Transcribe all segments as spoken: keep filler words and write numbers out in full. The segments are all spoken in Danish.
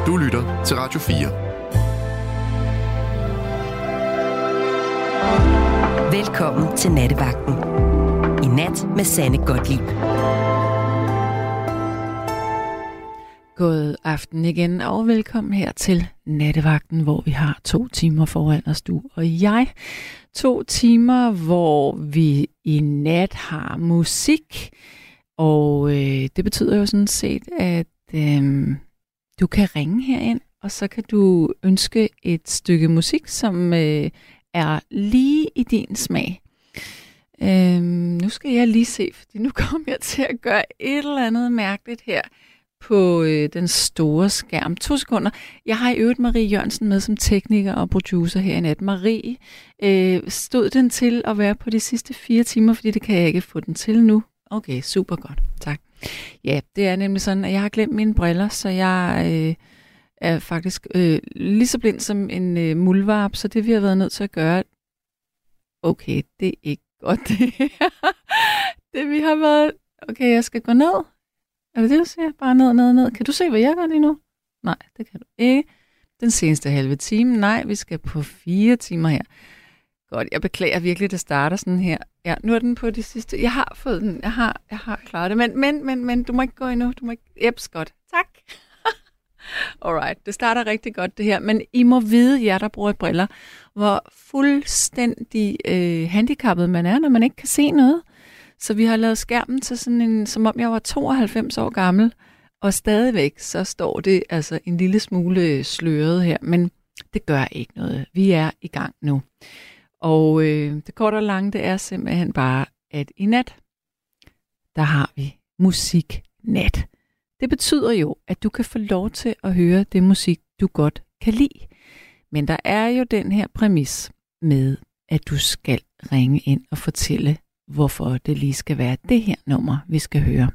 Du lytter til Radio fire. Velkommen til Nattevagten. I nat med Sanne Gottlieb. God aften igen, og velkommen her til Nattevagten, hvor vi har to timer foran os, du og jeg. To timer, hvor vi i nat har musik, og øh, det betyder jo sådan set, at øh, du kan ringe herind, og så kan du ønske et stykke musik, som øh, er lige i din smag. Øh, nu skal jeg lige se, fordi nu kommer jeg til at gøre et eller andet mærkeligt her på øh, den store skærm. To sekunder. Jeg har i øvrigt Marie Jørgensen med som tekniker og producer her i nat. Marie, øh, stod den til at være på de sidste fire timer, fordi det kan jeg ikke få den til nu? Okay, super godt. Tak. Ja, det er nemlig sådan, at jeg har glemt mine briller, så jeg øh, er faktisk øh, lige så blind som en øh, muldvarp, så det vi har været nødt til at gøre, okay, det er ikke godt det her. Det vi har været, okay, jeg skal gå ned. Er det det, du siger? Bare ned, ned, ned. Kan du se, hvad jeg gør lige nu? Nej, det kan du ikke. Den seneste halve time. Nej, vi skal på fire timer her. Godt, jeg beklager virkelig, det starter sådan her. Ja, nu er den på de sidste. Jeg har fået den. Jeg har, jeg har klaret det. Men, men, men, men, du må ikke gå endnu. Du må ikke. Jeps, godt. Tak. Alright, det starter rigtig godt det her. Men I må vide, jer der bruger briller, hvor fuldstændig øh, handicappet man er, når man ikke kan se noget. Så vi har lavet skærmen til sådan en, som om jeg var tooghalvfems år gammel, og stadigvæk så står det altså en lille smule sløret her, men det gør ikke noget. Vi er i gang nu. Og øh, det korte og lange, det er simpelthen bare, at i nat, der har vi musiknat. Det betyder jo, at du kan få lov til at høre det musik, du godt kan lide. Men der er jo den her præmis med, at du skal ringe ind og fortælle, hvorfor det lige skal være det her nummer, vi skal høre.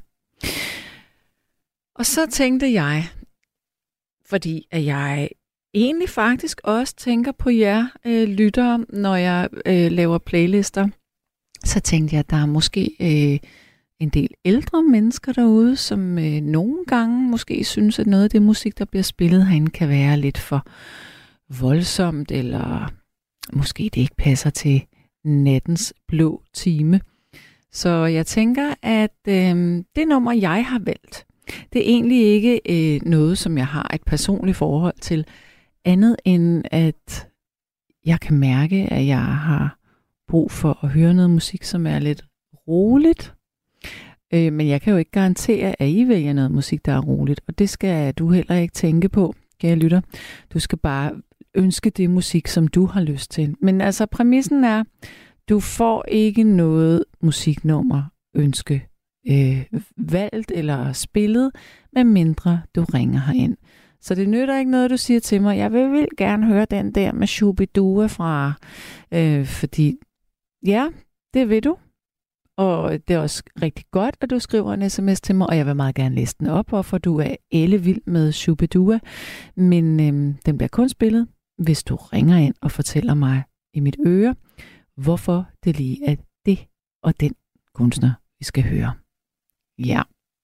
Og så tænkte jeg, fordi at jeg egentlig faktisk også tænker på jer øh, lyttere, når jeg øh, laver playlister, så tænkte jeg, at der er måske øh, en del ældre mennesker derude, som øh, nogle gange måske synes, at noget af det musik, der bliver spillet herinde, kan være lidt for voldsomt, eller måske det ikke passer til nattens blå time. Så jeg tænker, at øh, det nummer, jeg har valgt, det er egentlig ikke øh, noget, som jeg har et personligt forhold til, andet end at jeg kan mærke, at jeg har brug for at høre noget musik, som er lidt roligt. Øh, men jeg kan jo ikke garantere, at I vælger noget musik, der er roligt, og det skal du heller ikke tænke på, kære lytter. Du skal bare ønske det musik, som du har lyst til. Men altså, præmissen er, du får ikke noget musiknummer ønske øh, valgt eller spillet, medmindre du ringer herind. Så det nytter ikke noget, du siger til mig, jeg vil, vil gerne høre den der med Shubidua fra, øh, fordi ja, det vil du. Og det er også rigtig godt, at du skriver en sms til mig, og jeg vil meget gerne læse den op, hvorfor du er ellevild med Shubidua. Men øh, den bliver kun spillet, hvis du ringer ind og fortæller mig i mit øre, hvorfor det lige er det og den kunstner, vi skal høre. Ja.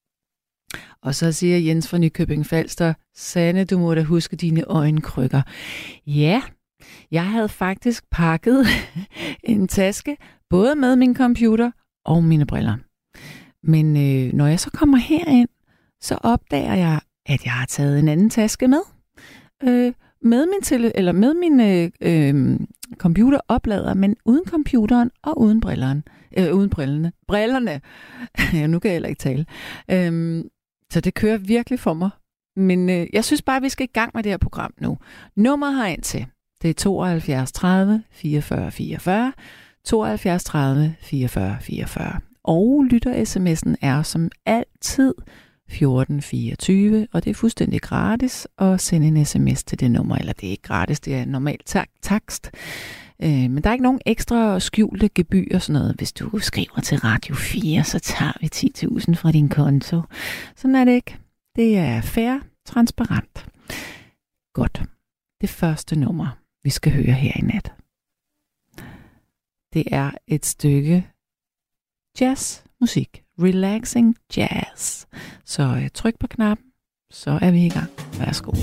Og så siger Jens fra Nykøbing Falster, Sanne, du må da huske dine øjenkrykker. Ja, jeg havde faktisk pakket en taske, både med min computer og mine briller. Men øh, når jeg så kommer herind, så opdager jeg, at jeg har taget en anden taske med. Øh, med min, tele- eller med min øh, øh, computeroplader, men uden computeren og uden brillerne. Øh, uden brillerne. Brillerne! Ja, nu kan jeg heller ikke tale. Øh, så det kører virkelig for mig. Men øh, jeg synes bare, at vi skal i gang med det her program nu. Nummeret herind til, det er tooghalvfjerds tredive fireogfyrre fireogfyrre, tooghalvfjerds tredive fireogfyrre fireogfyrre. Og lytter-sms'en er som altid fjorten fireogtyve, og det er fuldstændig gratis at sende en sms til det nummer, eller det er ikke gratis, det er normalt tak- takst. Øh, men der er ikke nogen ekstra skjulte gebyr og sådan noget. Hvis du skriver til Radio fire, så tager vi ti tusind fra din konto. Sådan er det ikke. Det er fair, transparent. Godt. Det første nummer, vi skal høre her i nat, det er et stykke jazzmusik. Relaxing jazz. Så tryk på knappen, så er vi i gang. Værsgo.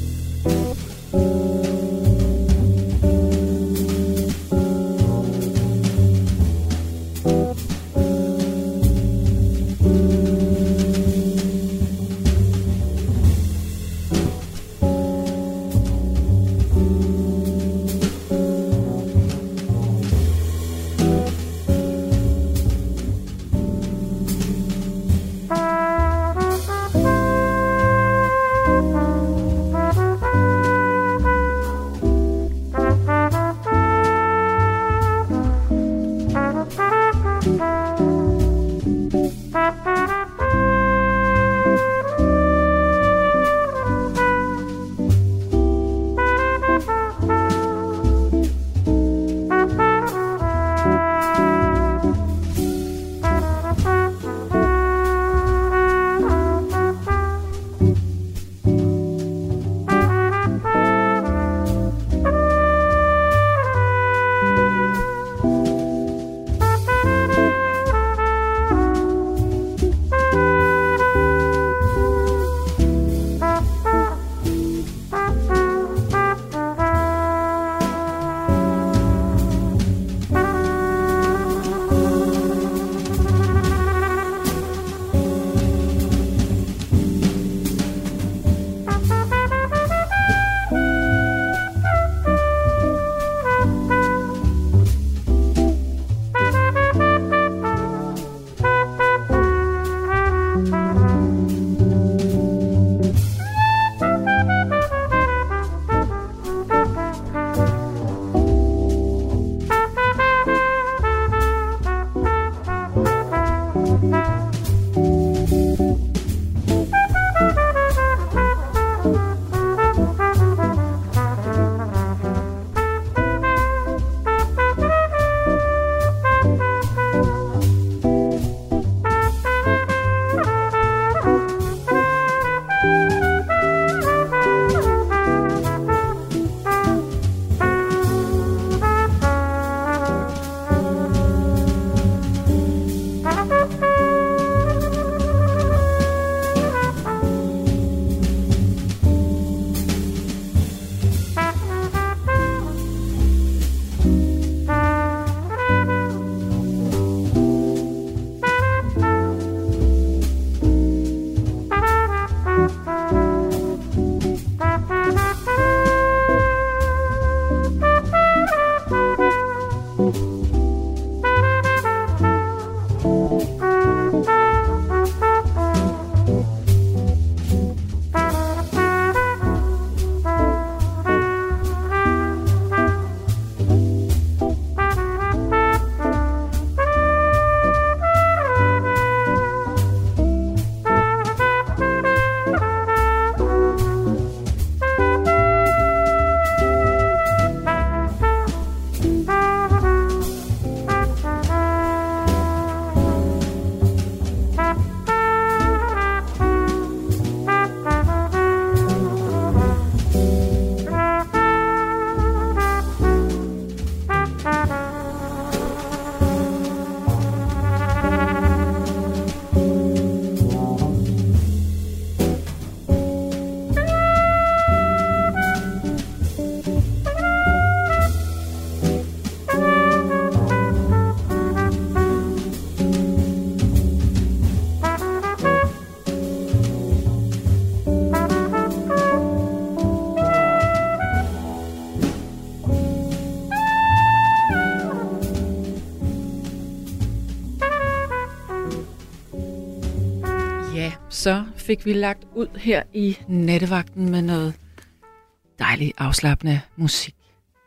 så fik vi lagt ud her i nattevagten med noget dejligt afslappende musik.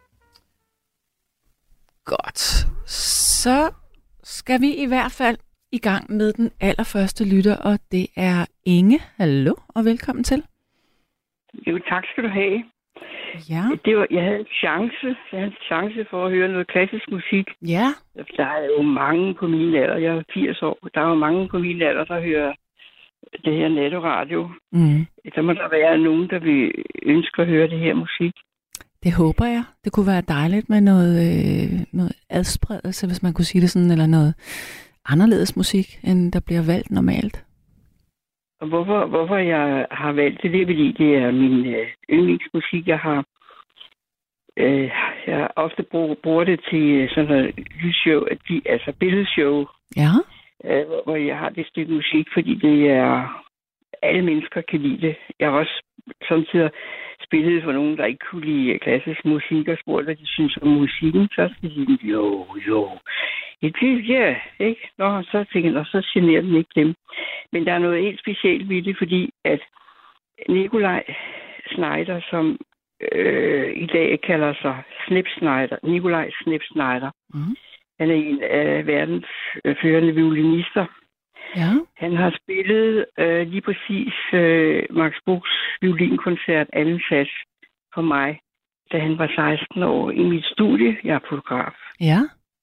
Godt. Så skal vi i hvert fald i gang med den allerførste lytter, og det er Inge. Hallo, og velkommen til. Jo, tak skal du have. Ja. Det var, jeg havde en chance, jeg havde en chance for at høre noget klassisk musik. Ja. Der er jo mange på min alder, jeg er firs år, der er jo mange på min alder, der hører det her nettoradio. Mm. Der må der være nogen, der vil ønske at høre det her musik. Det håber jeg. Det kunne være dejligt med noget, øh, noget adspredelse, hvis man kunne sige det sådan, eller noget anderledes musik, end der bliver valgt normalt. Og hvorfor, hvorfor jeg har valgt det, det er, fordi det er min øh, yndlingsmusik. Jeg har øh, jeg har ofte bruger, bruger det til sådan noget lysshow, altså billedshow. Ja. Øh, hvor, hvor jeg har det stykke musik, fordi det er... Alle mennesker kan lide det. Jeg har også samtidig spillet for nogen, der ikke kunne lide klassisk musik, og spurgt, hvad de synes om musikken. Så skal de sige, jo, jo. Ja, ja, ikke? Nå, så tænker jeg, så generer den ikke dem. Men der er noget helt specielt ved det, fordi at Nikolaj Schneider, som øh, i dag kalder sig Snip Schneider, Nikolaj Snip Schneider, mm. han er en af verdens førende violinister. Ja. Han har spillet øh, lige præcis øh, Max Bruchs violinkoncert anden sats for mig, da han var seksten år i mit studie. Jeg er fotograf. Ja.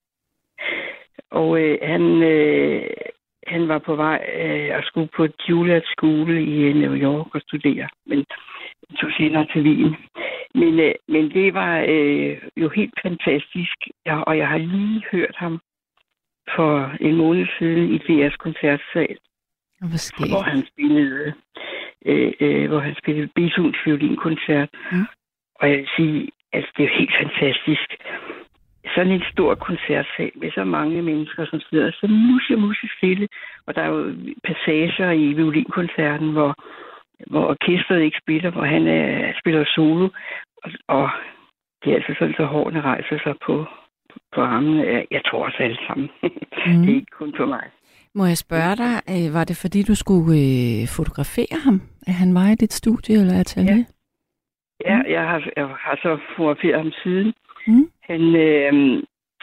Og øh, han, øh, han var på vej øh, og skulle på Juilliard School i New York og studere, men tog senere til Wien. Men, øh, men det var øh, jo helt fantastisk, ja, og jeg har lige hørt ham for en måned siden i D R's koncertsal, hvor han spillede, øh, øh, hvor han spillede Beethovens violinkoncert. Mm. Og jeg vil sige, altså det er jo helt fantastisk. Sådan en stor koncertsal med så mange mennesker, som sidder så musse, musse stille. Og der er jo passager i violinkoncerten, hvor, hvor orkestret ikke spiller, hvor han øh, spiller solo. Og, og det er altså sådan, så hårene rejser sig på på armene. Jeg tror også alle sammen. Mm. Det er ikke kun for mig. Må jeg spørge dig, var det fordi, du skulle øh, fotografere ham? At han var i dit studie eller atelier? Ja, ja mm. jeg, har, jeg har så fotograferet ham siden. Mm. Han, øh,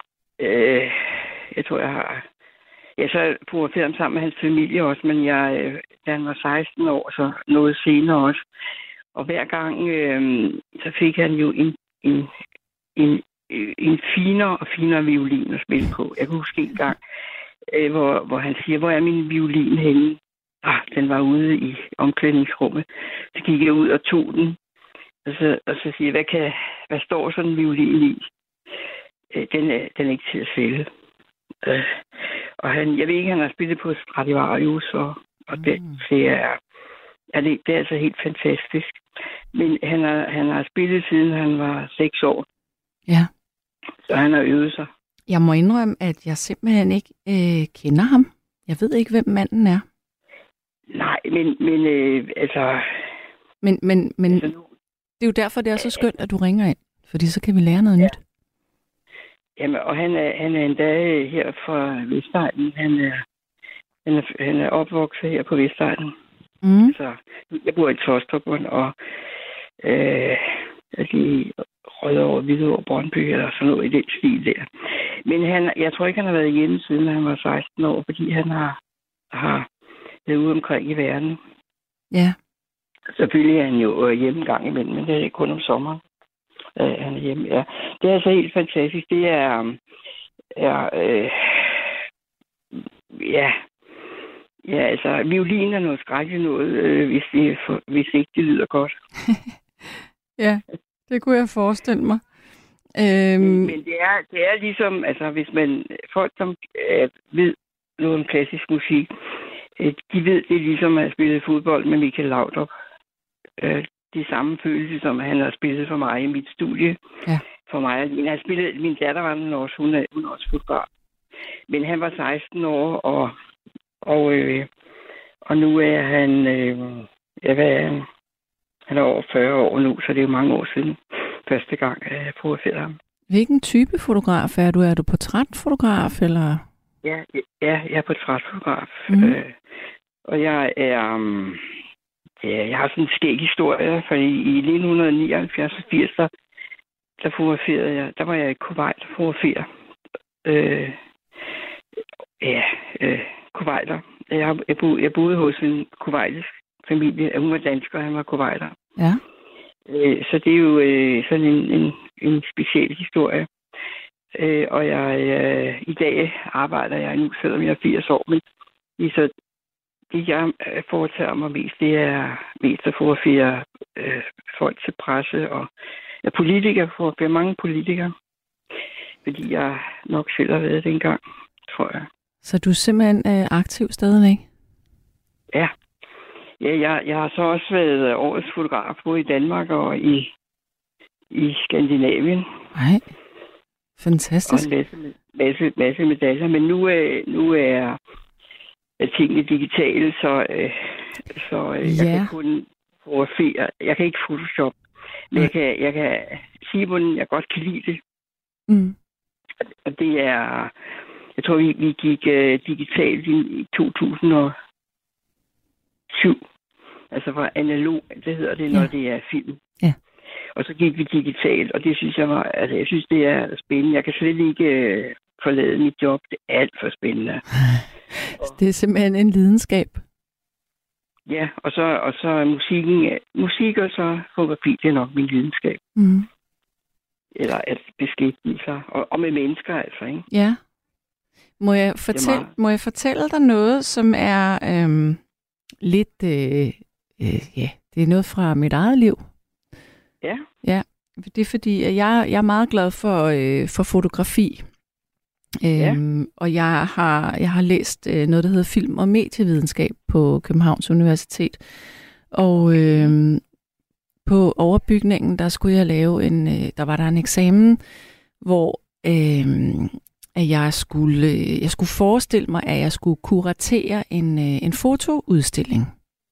øh, jeg tror, jeg har... Jeg så fotograferet ham sammen med hans familie også, men jeg, øh, da han var seksten år, så noget senere også. Og hver gang, øh, så fik han jo en, en, en en finere og finere violin at spille på. Jeg kan huske en gang, øh, hvor, hvor han siger, hvor er min violin henne? Ah, den var ude i omklædningsrummet. Så gik jeg ud og tog den, og så, og så siger jeg, hvad, kan, hvad står sådan en violin i? Øh, den, er, den er ikke til at sælge. Øh, og han, jeg ved ikke, han har spillet på Stradivarius, og, og mm. det, det, er, er det, det er altså helt fantastisk. Men han har, han har spillet siden han var seks år. Ja. Så han har øvet sig. Jeg må indrømme, at jeg simpelthen ikke øh, kender ham. Jeg ved ikke, hvem manden er. Nej, men, men øh, altså... Men, men, men altså nu, det er jo derfor, det er så skønt, at du ringer ind. Fordi så kan vi lære noget ja. nyt. Jamen, og han er, han er endda her fra Vestegnen. Han er, han er, han er opvokset her på Vestegnen. Mm. Så jeg bor i Tostrup, og øh, de Rødovre, Hvidovre, Brøndby eller sådan noget i den stil der. Men han, jeg tror ikke, han har været hjemme siden han var seksten år, fordi han har, har været ude omkring i verden. Ja. Selvfølgelig er han jo hjemme en gang imellem, men det er kun om sommeren. Uh, han er hjemme, ja. Det er altså helt fantastisk. Det er, er øh, ja, ja, altså, violin er noget skrækkeligt noget, øh, hvis, det, for, hvis ikke det lyder godt. Ja, det kunne jeg forestille mig. Øhm... Men, men det, er, det er ligesom, altså hvis man, folk som øh, ved noget om klassisk musik, øh, de ved, det er ligesom at spille fodbold med Michael Laudrup. Øh, det samme følelse, som han har spillet for mig i mit studie. Ja. For mig. Jeg har spillet, min datter var den også, hun er, hun er også fodbold. Men han var seksten år, og, og, øh, og nu er han, øh, ja, hvad er han? Han er over fyrre år nu, så det er jo mange år siden. Første gang, jeg fotograferede ham. Hvilken type fotograf er du? Er du portrætfotograf, eller? Ja, ja, jeg er portrætfotograf. Mm. Øh, og jeg er... Um, ja, jeg har sådan en skæg historie, for i, i nitten nioghalvfjerds og firs, der, der fotograferede jeg... Der var jeg i Kuwait og fotograferede. Øh, ja, øh, Kuwaiter. Jeg, jeg, boede, jeg boede hos en kuwaitisk familie. Hun var dansker, og han var kuwaiter. Ja. Øh, så det er jo øh, sådan en, en, en speciel historie. Øh, og jeg øh, i dag arbejder jeg nu, selvom jeg er firs år, men så det, jeg foretager mig mest, det er mest at fotografere øh, folk til presse og ja, politikere, fotografere mange politikere. Fordi jeg nok selv har været det engang, tror jeg. Så du er simpelthen øh, aktiv stadigvæk? Ja. Ja, jeg, jeg har så også været årets fotograf, både i Danmark og i, i Skandinavien. Nej, fantastisk. Og en masse, masse, masse medaljer. Men nu, øh, nu er, er tingene digitale, så, øh, så øh, Ja. jeg kan kun fotografere. Jeg kan ikke Photoshop, men Mm. jeg kan, jeg kan sige, hvordan jeg godt kan lide det. Mm. Og det er... Jeg tror, vi, vi gik øh, digitalt i, i to tusind og syv. Altså fra analog, det hedder det, når Ja. det er film. Ja. Og så gik vi digitalt, og det synes jeg var... Altså, jeg synes, det er spændende. Jeg kan slet ikke øh, forlade mit job. Det er alt for spændende. Det er simpelthen en lidenskab. Ja, og så, og så er musikken... Musik og så fotografi, det er nok min lidenskab. Mm. Eller at beskæftige sig. Og, og med mennesker, altså, ikke? Ja. Må jeg, fortælle, meget- må jeg fortælle dig noget, som er øhm, lidt... Øh, øh, ja, det er noget fra mit eget liv. Ja. Ja, det er fordi, at jeg, jeg er meget glad for, øh, for fotografi. Øhm, og jeg har, jeg har læst øh, noget, der hedder film- og medievidenskab på Københavns Universitet. Og øh, på overbygningen, der skulle jeg lave en, øh, der var der en eksamen, hvor øh, at jeg skulle, jeg skulle forestille mig, at jeg skulle kuratere en, øh, en fotoudstilling.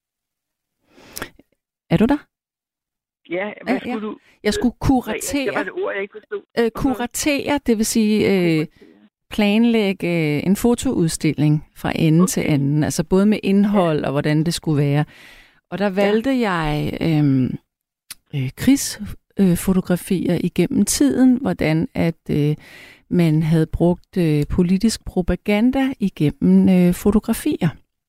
Er du der? Ja, hvad Ja, skulle ja. du... Jeg skulle Det kuratere, var et ord, jeg ikke forstod. øh, kuratere, det vil sige øh, planlægge øh, en fotoudstilling fra ende okay. til anden, altså både med indhold og hvordan det skulle være. Og der valgte ja. jeg øh, øh, krigsfotografier øh, igennem tiden, hvordan at øh, man havde brugt øh, politisk propaganda igennem øh, fotografier.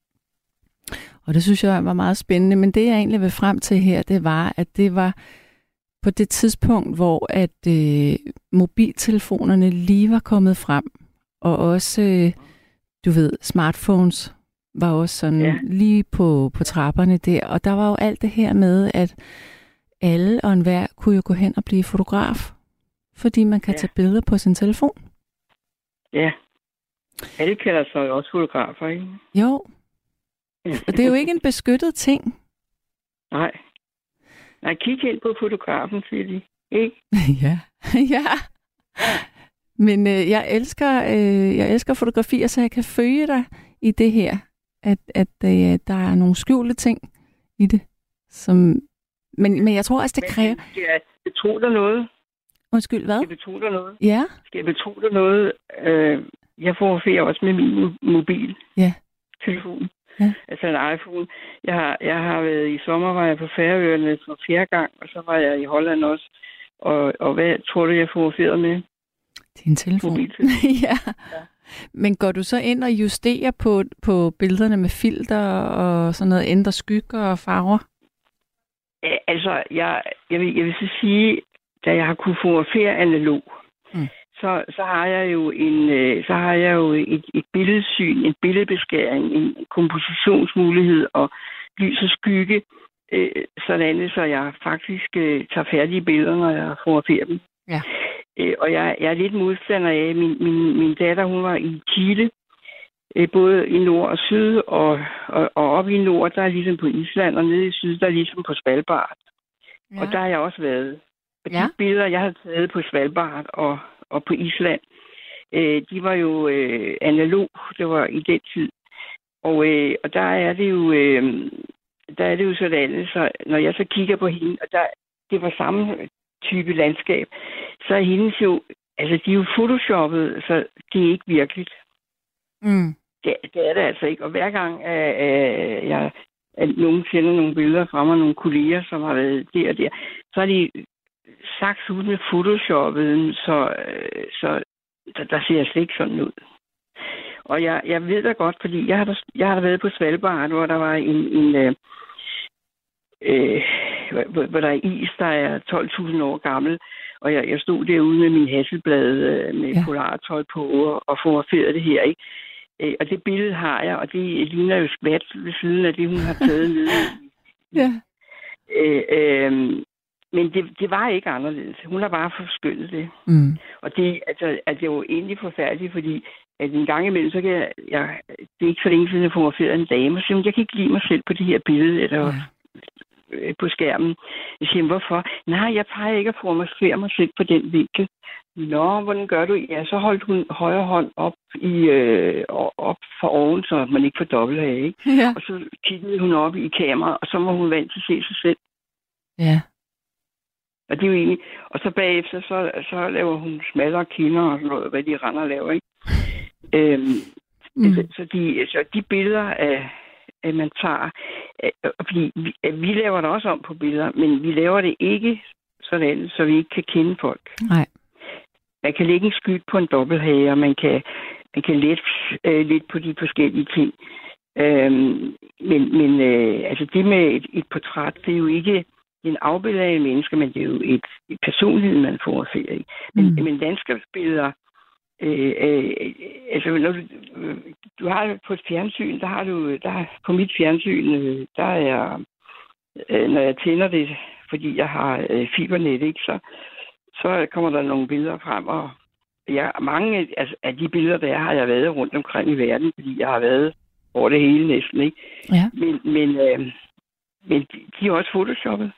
Og det synes jeg var meget spændende, men det jeg egentlig vil frem til her, det var, at det var på det tidspunkt, hvor at øh, mobiltelefonerne lige var kommet frem, og også, øh, du ved, smartphones var også sådan Ja. lige på, på trapperne der, og der var jo alt det her med, at alle og enhver kunne jo gå hen og blive fotograf, fordi man kan Ja. tage billeder på sin telefon. Ja. Alle kalder sig jo også fotografer, ikke? Jo, og det er jo ikke en beskyttet ting. Nej. Nej, kig hen på fotografen, siger de. Ikke? Ja, ja. Men øh, jeg elsker øh, jeg elsker fotografier, så jeg kan følge dig i det her, at, at øh, der er nogle skjulte ting i det, som men, men jeg tror også, det kræver... Skal jeg betro dig noget? Undskyld, hvad? Skal jeg betro dig noget? Ja? Skal jeg betro dig noget? Øh, jeg fotograferer også med min mobil. Ja. Telefon. Ja. Altså en iPhone. Jeg har, jeg har været i sommer, var jeg på Færøerne for fjerde gang, og så var jeg i Holland også. Og, og hvad tror du, jeg fotograferede med? Din telefon. Mobiltelefon. ja. ja. Men går du så ind og justerer på, på billederne med filter og sådan noget, ændrer skygger og farver? Æ, altså, jeg, jeg, vil, jeg vil så sige, da jeg har kunnet fotografere analog, mm. så, så har jeg jo en, så har jeg jo et, et billedsyn, en billedbeskæring, en kompositionsmulighed og lys og skygge, øh, sådan så jeg faktisk øh, tager færdige billeder, når jeg fotograferer dem. Ja. Øh, og jeg, jeg er lidt modstander af, min, min, min datter, hun var i Chile, øh, både i nord og syd, og, og, og oppe i nord, der er ligesom på Island, og nede i syd, der er ligesom på Svalbard. Ja. Og der har jeg også været. Og de ja. billeder, jeg har taget på Svalbard og, og på Island, øh, de var jo øh, analog, det var i den tid. Og, øh, og der er det jo, øh, der er det jo sådan, så når jeg så kigger på hende, og der, det var samme type landskab, så er hendes jo, altså de er jo photoshoppet, så det er ikke virkeligt. Mm. Det, det er det altså ikke. Og hver gang at, at jeg, at nogen sender nogle billeder fra mig, nogle kolleger, som har været der og der, så er de sagt ud med photoshoppet, så, så der, der ser jeg slet ikke sådan ud. Og jeg, jeg ved da godt, fordi jeg har da, jeg har da været på Svalbard, hvor der var en, en øh, øh, hvor, hvor der er is, der er tolv tusind år gammel, og jeg, jeg stod derude med min hasselblad øh, med ja. polartøj på og, og fotograferede det her, ikke? Øh, og det billede har jeg, og det ligner jo skvat ved siden af det, hun har taget nede. Ja. Øh, øh, men det, det var ikke anderledes. Hun har bare forskyndet det. Mm. Og det, altså, at det var egentlig forfærdeligt, fordi at en gang imellem, så kan jeg, jeg det er ikke så længe siden, jeg fotograferede en dame, og siger, jeg kan ikke lide mig selv på det her billede, eller ja. på skærmen. Jeg siger, hvorfor? Nej, jeg plejer ikke at fotografere mig selv på den vinkel. Nå, hvordan gør du? Ja, så holdt hun højre hånd op, i, øh, op for oven, så man ikke får dobbelt af, ikke? Ja. Og så kiggede hun op i kameraet, og så var hun vant til at se sig selv. Ja. Og det er jo egentlig... Og så bagefter, så, så laver hun smallere kinder og sådan noget, hvad de render og laver, ikke? øhm, mm. så, så, de, så de billeder, af, at man tager... Af, fordi vi, vi laver det også om på billeder, men vi laver det ikke sådan, så vi ikke kan kende folk. Nej. Man kan lægge en skyld på en dobbelthage, og man kan, man kan lette øh, lidt på de forskellige ting. Øhm, men men øh, altså det med et, et portræt, det er jo ikke en afbillede af en menneske, men det er jo et, et personlighed, man fotograferer i. Men, mm. men landskabsbilleder, øh, øh, altså når du, øh, du har på et fjernsyn, der har du, der på mit fjernsyn, øh, der er, øh, når jeg tænder det, fordi jeg har øh, fibernet, ikke, så så kommer der nogle billeder frem, og jeg, mange altså, af de billeder, der er, har jeg været rundt omkring i verden, fordi jeg har været over det hele næsten, ikke? Ja. Men, men, øh, men de er også photoshoppet.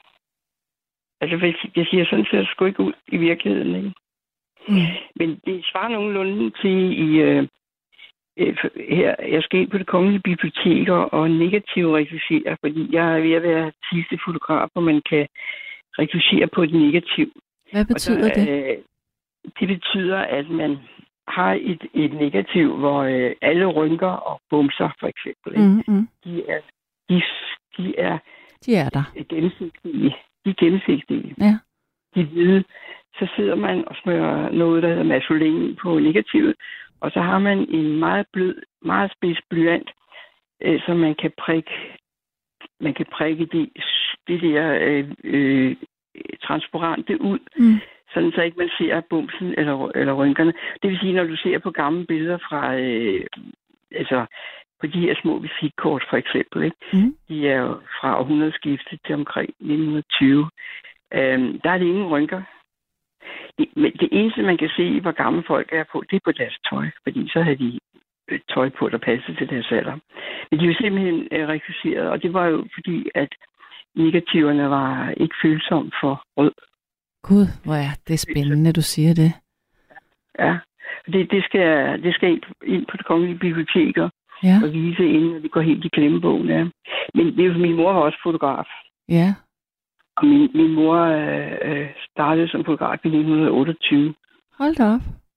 Altså, jeg siger, sådan ser det sgu ikke ud i virkeligheden, ikke? Mm. Men det svarer nogenlunde til i... Øh, øh, her, jeg skal ind på Det Kongelige Biblioteker og negativ retouchere, fordi jeg er ved at være sidste fotograf, hvor man kan retouchere på et negativ. Hvad betyder der, det? Øh, det betyder, at man har et, et negativ, hvor øh, alle rynker og bumser, for eksempel, Mm-hmm. de, er, de, de er de er der. gennemsigtige. De er gennemsigtige. Ja. De er hvide. Så sidder man og smører noget, der hedder masolin på negativet, og så har man en meget blød, meget spids blyant, øh, så man kan prikke, man kan prikke det, det der øh, øh, transparente ud, mm. sådan så ikke man ser bumsen eller, eller rynkerne. Det vil sige, når du ser på gamle billeder fra, øh, altså på de her små visitkort for eksempel, ikke? Mm. De er jo fra århundredeskiftet til omkring nitten tyve. Øhm, der er det ingen rynker. Det, men det eneste, man kan se, hvor gamle folk er på, det er på deres tøj, fordi så har de tøj på, der passer til deres alder. Men de er jo simpelthen øh, rekviseret, og det var jo fordi, at negativerne var ikke følsomme for rød. Gud, hvor er det spændende, du siger det. Ja, det, det, skal, det skal ind, ind på Det Kongelige Biblioteker ja. og vise, inden vi går helt i glemmebogen. Ja. Men det er jo, min mor var også fotograf. Ja. Og min, min mor øh, startede som fotograf i nitten otteogtyve. Hold da op.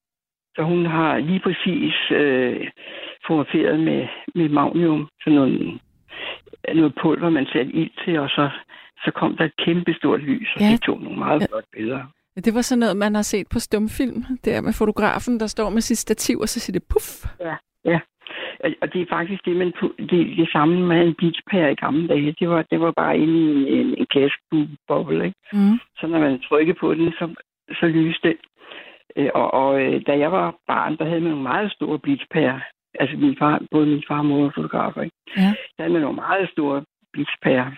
Så hun har lige præcis øh, fotograferet med, med magnium, sådan noget, noget pulver, man satte ild til, og så, så kom der et kæmpe stort lys, og ja. det tog nogle meget ja. flotte billeder. Det var sådan noget, man har set på stumfilm, der med fotografen, der står med sit stativ, og så siger det puff. Ja, ja. Og det er faktisk det, man det, det samme med en beachpære i gamle dage. Det var, det var bare inde i en, en glasboble, ikke? Mm. Så når man trykkede på den, så, så lyste det. Og, og da jeg var barn, der havde man nogle meget store bleachpærer. Altså min far, både min far og mor var fotografer, ikke? Ja. Der havde man nogle meget store bleachpærer.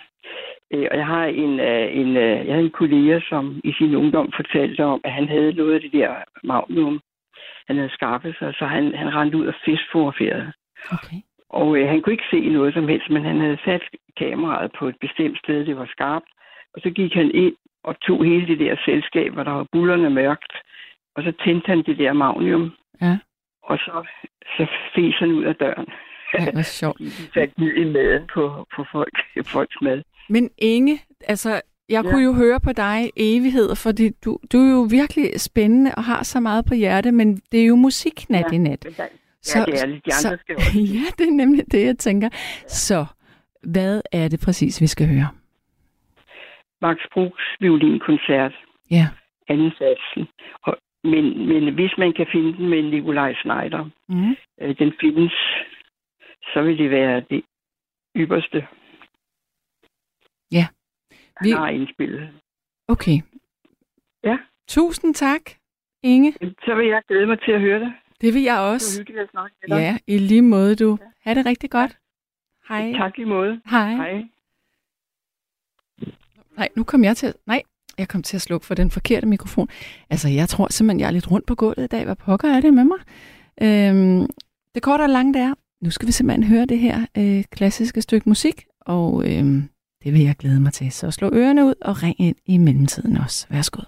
Og jeg har en, en, jeg havde en kollega, som i sin ungdom fortalte om, at han havde noget af det der magnum. Han havde skaffet sig, så han, han rendte ud og festfotograferede. Okay. Og øh, han kunne ikke se noget som helst, men han havde sat kameraet på et bestemt sted, det var skarpt. Og så gik han ind og tog hele det der selskab, hvor der var bullerne mørkt. Og så tændte han det der magnium. Ja. Og så, så fes han ud af døren. Ja, hvor sjovt. De satte ned i maden på, på folk, folks mad. Men Inge, altså, jeg ja. kunne jo høre på dig evigheder, fordi du, du er jo virkelig spændende og har så meget på hjerte, men det er jo musiknat ja. i nat. Ja, så, det er det. De andre skal også. Ja, det er nemlig det, jeg tænker. Ja. Så, hvad er det præcis, vi skal høre? Max Bruchs violinkoncert. Ja. Anden satsen. Og, men, men hvis man kan finde den med Nikolaj Schneider, mm. øh, den findes, så vil det være det ypperste. Ja. Vi... Han har indspillet. Okay. Ja. Tusind tak, Inge. Så vil jeg glæde mig til at høre det. Det vil jeg også. Det var hyggeligt at snakke med dig. Ja, i lige måde, du. Ja. Ha' det rigtig godt. Hej. Tak i måde. Hej. Hej. Nej, nu kom jeg til... Nej, jeg kom til at slukke for den forkerte mikrofon. Altså, jeg tror simpelthen, jeg er lidt rundt på gulvet i dag. Hvad pokker er det med mig? Øhm, det korte og lange det er, nu skal vi simpelthen høre det her øh, klassiske stykke musik, og øh, det vil jeg glæde mig til. Så slå ørerne ud og ring ind i mellemtiden også. Værsgo.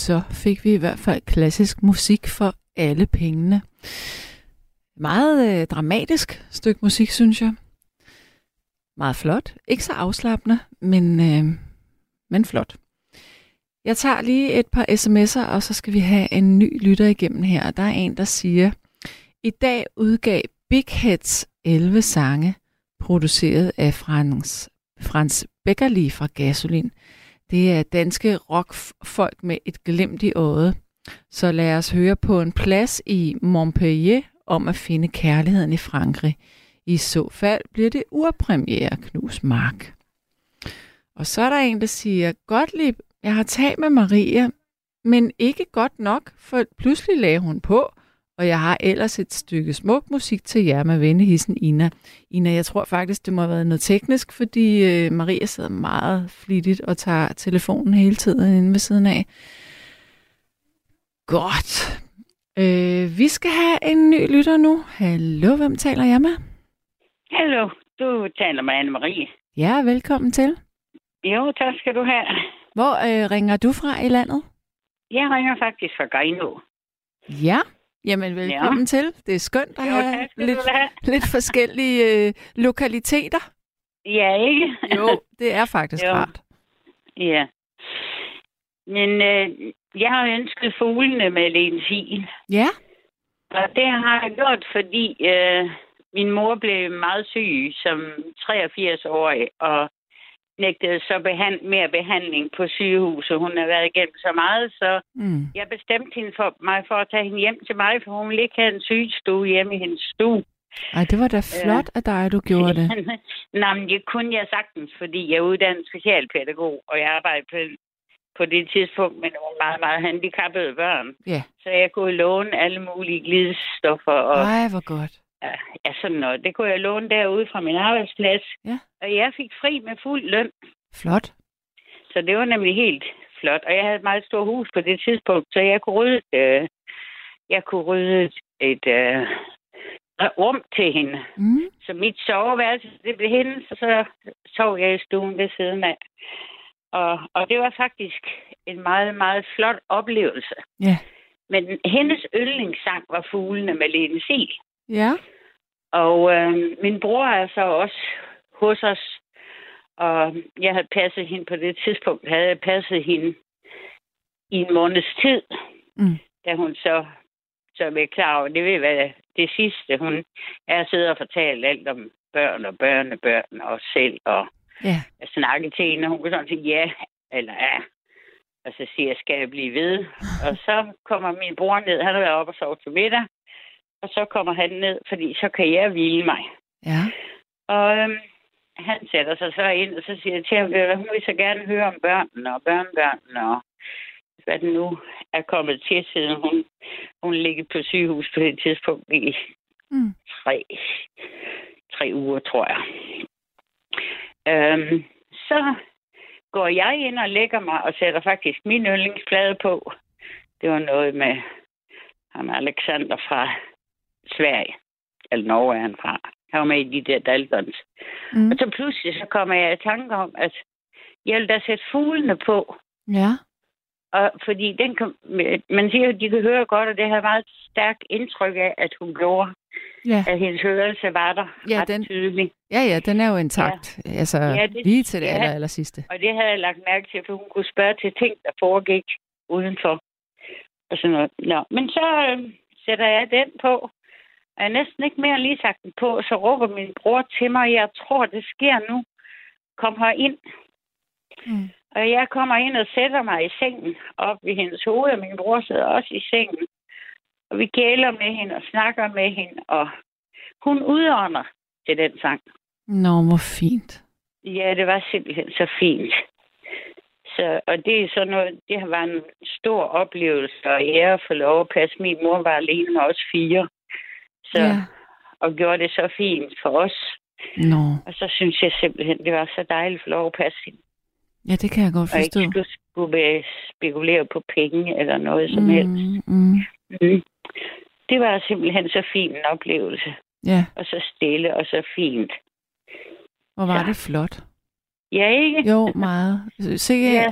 så fik vi i hvert fald klassisk musik for alle pengene. Meget øh, dramatisk stykke musik, synes jeg. Meget flot. Ikke så afslappende, men, øh, men flot. Jeg tager lige et par sms'er, og så skal vi have en ny lytter igennem her. Der er en, der siger, i dag udgav Big Heads elleve sange, produceret af Frans, Frans Beckerli fra Gasolin. Det er danske rockfolk med et glimt i øjet. Så lad os høre på en plads i Montpellier om at finde kærligheden i Frankrig. I så fald bliver det urpremiere, Knus Mark. Og så er der en, der siger, Gottlieb, jeg har talt med Maria, men ikke godt nok, for pludselig lagde hun på, og jeg har ellers et stykke smuk musik til jer med vennehissen Ina. Ina, jeg tror faktisk, det må have været noget teknisk, fordi øh, Maria sidder meget flittigt og tager telefonen hele tiden inde ved siden af. Godt. Øh, vi skal have en ny lytter nu. Hallo, hvem taler jeg med? Hallo, du taler med Anne-Marie. Ja, velkommen til. Jo, tak skal du have. Hvor øh, ringer du fra i landet? Jeg ringer faktisk fra Grenå. Ja, jamen velkommen ja. til. Det er skønt at jo, have lidt, have lidt forskellige øh, lokaliteter. Ja, ikke? Jo, det er faktisk rart. Ja. Men øh, jeg har ønsket fuglene med Lene Siel. Ja. Og det har jeg gjort, fordi øh, min mor blev meget syg som treogfirs-årig, og nægtede så behand- mere behandling på sygehuset. Hun har været igennem så meget, så mm. jeg bestemte hende for mig for at tage hende hjem til mig, for hun ville ikke have en sygestue hjemme i hendes stue. Ej, det var da flot af dig, du gjorde det. Nej, men det kunne jeg sagtens, fordi jeg er uddannet specialpædagog, og jeg arbejder på, på det tidspunkt med nogle meget, meget handicappede børn. Ja. Så jeg kunne låne alle mulige glidestoffer. Og, Ej, hvor godt. Ja, sådan noget. Det kunne jeg låne derude fra min arbejdsplads. Ja. Og jeg fik fri med fuld løn. Flot. Så det var nemlig helt flot. Og jeg havde et meget stort hus på det tidspunkt, så jeg kunne rydde, øh, jeg kunne rydde et øh, rum til hende. Mm. Så mit soveværelse, det blev hendes, og så sov jeg i stuen ved siden af. Og, og det var faktisk en meget, meget flot oplevelse. Ja. Men hendes yndlingssang var Fuglene med Lene Siel. Ja. Og øh, min bror er så også hos os, og jeg havde passet hende på det tidspunkt, havde jeg passet hende i en måneds tid, mm. da hun så, så var klar over, det vil være det sidste. Hun er siddet og fortalt alt om børn og børnebørn og selv, og yeah. jeg snakkede til hende, og hun kunne sådan sige ja, eller ja. Og så siger jeg, skal jeg blive ved? Og så kommer min bror ned, han har været oppe og sovet til middag, og så kommer han ned, fordi så kan jeg hvile mig. Ja. Og øhm, han sætter sig så ind, og så siger jeg til ham, at hun vil så gerne høre om børnene og børnebørnene, og hvad det nu er kommet til, siden hun, hun ligger på sygehus på det tidspunkt i mm. tre, tre uger, tror jeg. Øhm, så går jeg ind og lægger mig og sætter faktisk min yndlingsplade på. Det var noget med ham Alexander fra Sverige, eller Norge er han fra. Han var med i de der Daltons. Mm. Og så pludselig så kommer jeg i tanke om, at jeg vil da sætte fuglene på. Ja. Og fordi den kan, man siger, at de kan høre godt, og det har meget stærkt indtryk af, at hun gjorde. Ja. At hendes hørelse var der ja, ret den, tydelig. Ja, ja, den er jo intakt. Ja. Altså ja, det, lige til det ja. aller, aller sidste. Og det havde jeg lagt mærke til, for hun kunne spørge til ting, der foregik udenfor. Og sådan noget. Nå, men så øh, sætter jeg den på, og jeg næsten ikke mere lige sagt den på, så råber min bror til mig, jeg tror, det sker nu. Kom her ind. Mm. Og jeg kommer ind og sætter mig i sengen op ved hendes hoved, og min bror sidder også i sengen. Og vi kæler med hende og snakker med hende, og hun udånder til den sang. Nå, hvor fint. Ja, det var simpelthen så fint. Så, og det er sådan noget, det har været en stor oplevelse, og ære for lov at passe. Min mor var alene med os fire. Så, ja. Og gjorde det så fint for os. Nå. Og så synes jeg simpelthen, det var så dejligt for lov at passe hende. Ja, det kan jeg godt forstå. Og ikke skulle spekulere på penge eller noget som mm, helst. Mm. Mm. Det var simpelthen så fin en oplevelse. Ja. Og så stille og så fint. Hvor var ja. det flot. Ja, ikke? Jo, meget. Sikke, ja.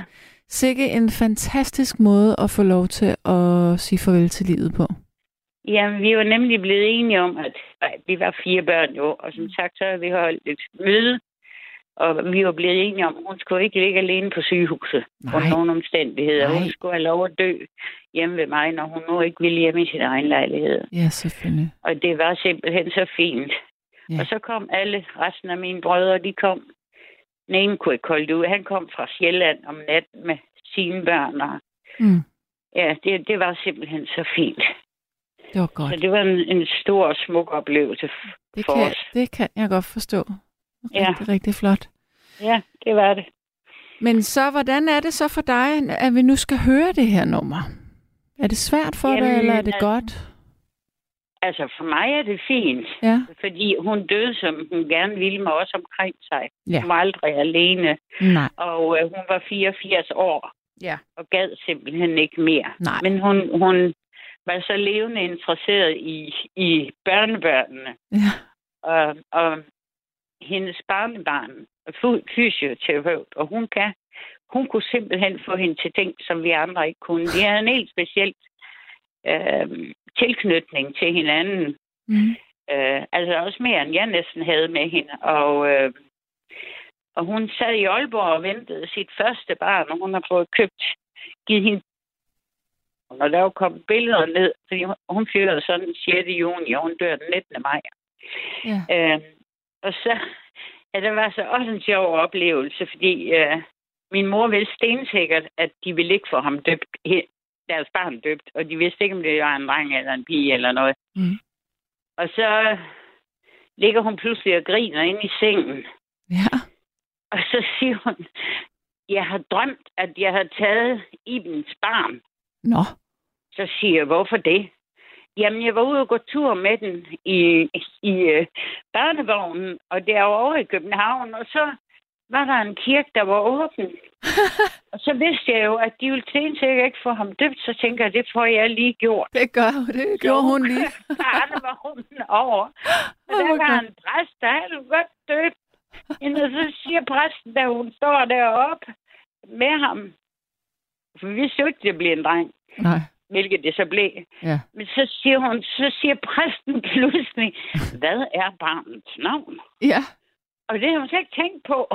Sikke en fantastisk måde at få lov til at sige farvel til livet på. Jamen, vi var nemlig blevet enige om, at nej, vi var fire børn jo, og som sagt, så havde vi holdt et møde, og vi var blevet enige om, at hun skulle ikke ligge alene på sygehuset under nogen omstændigheder. Nej. Hun skulle have lov at dø hjemme ved mig, når hun nu ikke ville hjemme i sin egen lejlighed. Ja, selvfølgelig. Og det var simpelthen så fint. Ja. Og så kom alle, resten af mine brødre, de kom. Den ene kunne ikke holde det ud. Han kom fra Sjælland om natten med sine børn. Og Mm. ja, det, det var simpelthen så fint. Det var godt. Så det var en, en stor og smuk oplevelse f- Det for kan, os. det kan jeg godt forstå. Ja. Rigtig, rigtig flot. Ja, det var det. Men så, hvordan er det så for dig, at vi nu skal høre det her nummer? Er det svært for Jamen, dig, eller er det altså- godt? Altså, for mig er det fint. Ja. Fordi hun døde, som hun gerne ville med os omkring sig. Ja. Hun var aldrig alene. Nej. Og øh, hun var fireogfirs år. Ja. Og gad simpelthen ikke mere. Nej. Men hun, hun var så levende interesseret i, i børnebørnene. Ja. Og, og hendes barnebarn er fu- fysioterapeut, og hun kan, hun kunne simpelthen få hende til ting, som vi andre ikke kunne. De havde en helt speciel øh, tilknytning til hinanden. Mm. Øh, altså også mere, end jeg næsten havde med hende. Og, øh, og hun sad i Aalborg og ventede sit første barn, og hun har fået købt, givet hende. Og der var kommet billeder ned, fordi hun, hun fyrede sådan den sjette juni, og hun dør den nittende maj. Ja. Øh, og så, ja, der var så også en sjov oplevelse, fordi øh, min mor vidste stensikkert, at de ville ikke få ham døbt, he, deres barn døbt, og de vidste ikke, om det var en dreng eller en pige eller noget. Mm. Og så ligger hun pludselig og griner inde i sengen, Ja. og så siger hun, jeg har drømt, at jeg har taget Ibens barn. Nå. Så siger jeg, hvorfor det? Jamen, jeg var ude og gå tur med den i, i øh, børnevognen, og det er over i København, og så var der en kirke, der var åben. Og så vidste jeg jo, at de ville sikkert ikke få ham døbt, så tænker jeg, det får jeg lige gjort. Det gør hun. Det gjorde hun lige. Barnevognen over. Og der var en præst, der havde du godt døbt. Og så siger præsten, da hun står deroppe med ham, for vi vidste jo ikke, det blev en dreng. Nej. Hvilket det så blev. Ja. Men så siger hun, så siger præsten pludselig, hvad er barnets navn? Ja. Og det har hun så ikke tænkt på.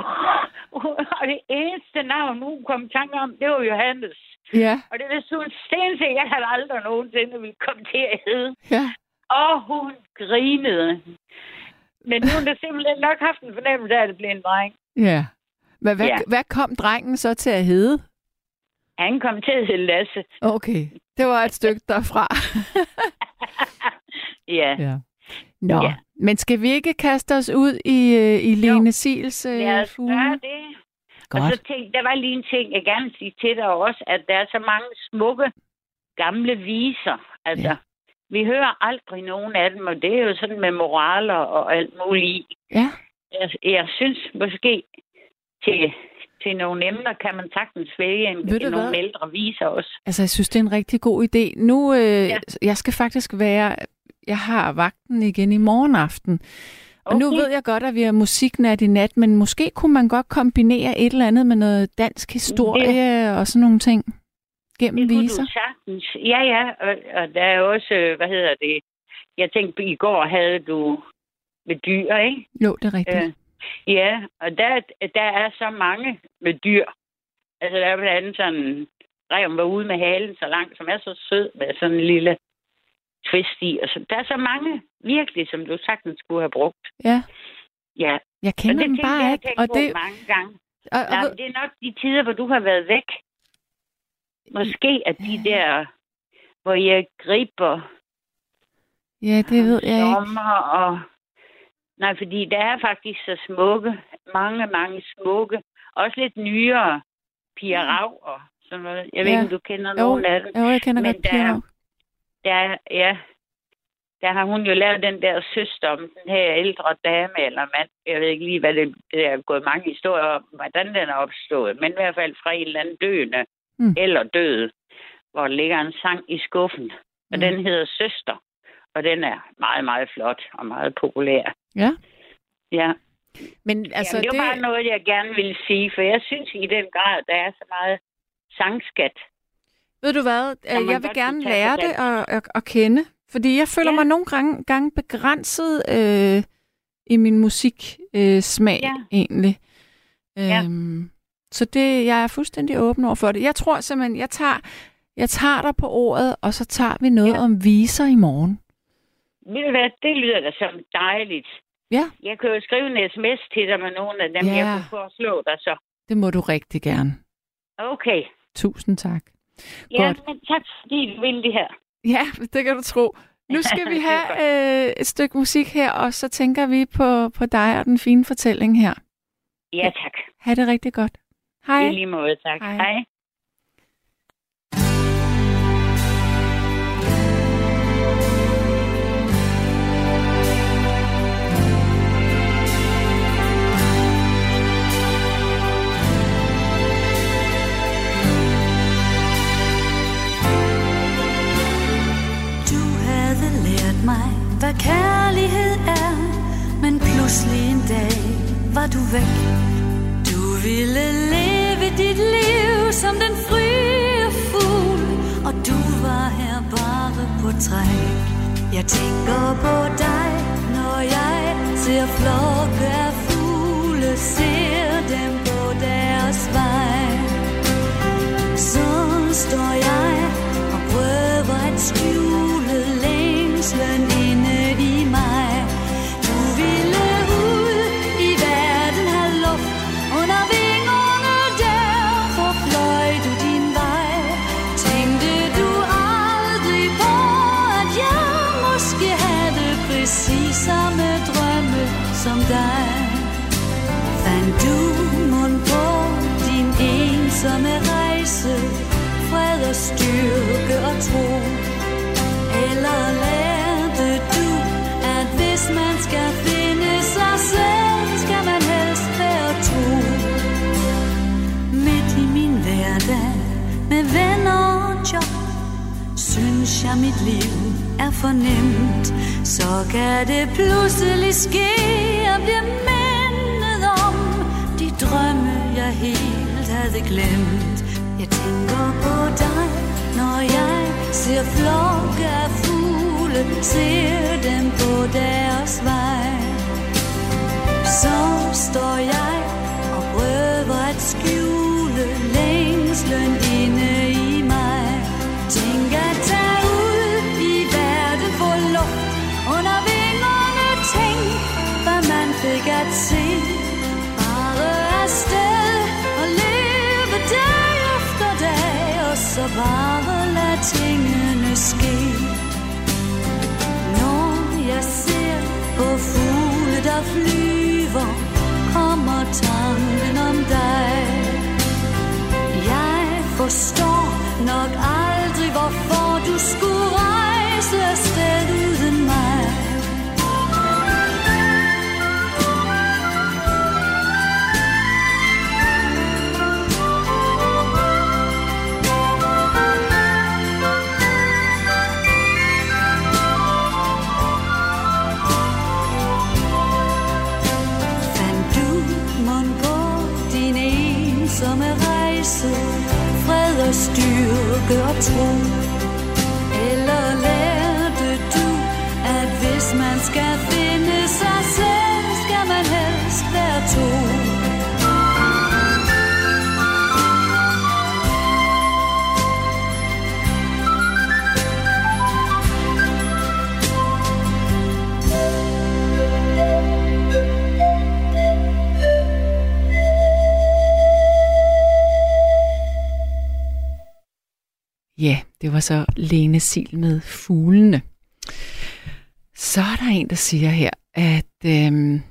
Og det eneste navn, hun kom i tanke om, det var Johannes. Ja. Og det vidste hun stensikkert, jeg havde aldrig nogensinde ville komme til at hedde. Ja. Og hun grinede. Men nu har det simpelthen nok haft en fornemmelse af, at det blev en dreng. Ja. Men hvad, Ja. hvad kom drengen så til at hedde? Han kom til at hedde Lasse. Okay. Det var et stykke derfra. Ja. Ja. Nå, Ja. men skal vi ikke kaste os ud i, øh, i Lene Sils øh, Lad os fugle? gøre det. Godt. Og så tænkte, der var lige en ting, jeg gerne vil sige til dig også, at der er så mange smukke, gamle viser. Altså, Ja. vi hører aldrig nogen af dem, og det er jo sådan med moraler og alt muligt i. Ja. Jeg, jeg synes måske, til, til nogle emner kan man sagtens vælge en, Ved du nogle hvad? ældre viser også. Altså, jeg synes, det er en rigtig god idé. Nu, øh, ja. jeg skal faktisk være... Jeg har vagten igen i morgen aften. Og okay. Nu ved jeg godt, at vi har musiknat i nat, men måske kunne man godt kombinere et eller andet med noget dansk historie det, og sådan nogle ting gennem det viser. Det sagtens. Ja, ja. Og, og der er også, hvad hedder det, jeg tænkte, i går havde du med dyr, ikke? Jo, det er rigtigt. Øh, ja, og der, der er så mange med dyr. Altså, der er blandt andet sådan, reven var ude med halen så langt, som er så sød med sådan en lille twist i. Altså, der er så mange virkelig, som du sagtens skulle have brugt. Ja. Ja. Jeg kender dem bare jeg, ikke. Jeg Og det... det... mange gange. Og, og... Nej, det er nok de tider, hvor du har været væk. Måske at de der, hvor jeg griber Ja, det ved jeg ikke. sommer og... Nej, fordi der er faktisk så smukke, mange, mange smukke, også lidt nyere Pia Rav og sådan noget. Jeg ved Ja. ikke, om du kender Jo, nogen af dem. Jo, jeg kender Men godt der, Pia Rav. der, ja, der har hun jo lavet den der søster om den her ældre dame eller mand. Jeg ved ikke lige, hvad det, det er gået mange historier om, hvordan den er opstået. Men i hvert fald fra en eller anden døende Mm. eller død, hvor der ligger en sang i skuffen. Og Mm. den hedder Søster. Og den er meget, meget flot og meget populær. Ja. Ja. Men altså, Jamen, det var det... bare noget, jeg gerne ville sige, for jeg synes i den grad, der er så meget sangskat. Ved du hvad? Kan man Jeg vil godt gerne tage lære på det at, at, at kende, fordi jeg føler Ja. mig nogle gange, gange begrænset øh, i min musiksmag øh, smag, Ja. egentlig. Ja. Øhm, så det, jeg er fuldstændig åben over for det. Jeg tror simpelthen, jeg tager, jeg tager dig på ordet, og så tager vi noget Ja. om viser i morgen. Ved du hvad, det lyder da som dejligt. Ja, Jeg kan jo skrive en sms til dig med nogle af dem, Ja. jeg kunne foreslå dig så. det må du rigtig gerne. Okay. Tusind tak. Ja, Godt. men tak fordi du ville det her. Ja, det kan du tro. Nu skal vi Det er have øh, et stykke musik her, og så tænker vi på, på dig og den fine fortælling her. Ja, tak. Ha' det rigtig godt. Hej. I lige måde, tak. Hej. Hej. Du havde lært mig, hvad kærlighed er, men pludselig en dag var du væk. Du ville leve dit liv som den frie fugl, og du var her bare på træk. Jeg tænker på dig, når jeg ser flokke af fugle, ser dem på deres vej. Så står jeg og prøver at skjule længslen inde i mig. Du ville ud i verden, have luft under vingerne, derfor fløj du din vej. Tænkte du aldrig på, at jeg måske havde præcis samme drømme som dig? Fandt du mund på din ensomme rejse, fred og styrke og tro? Eller lærte du, at hvis man skal finde sig selv, skal man helst være tro? Midt i min hverdag, med venner og job, synes jeg mit liv er for nemt. Så kan det pludselig ske, at blive mindet om de drømme, jeg helt havde glemt. Jeg tænker på dig, når jeg ser flokke af fugle, ser dem på deres vej. Så står jeg og prøver at skjule længslen inde i mig. Tænk at tage ud i verden, få luft under vingerne. Tænk, hvad man fik at se. Bare afsted og leve dag efter dag, og så bare lad tingene ske. Når jeg ser på fugle, der flyver, kommer tanken om dig. Jeg forstår nok aldrig, hvorfor du skulle rejse afsted uden mig. Som er rejse, fred og styrke og tro. Eller lærte du, at hvis man skal finde sig selv, skal man helst være to? Ja, det var så Lene Sil med Fuglene. Så er der en, der siger her, at øhm,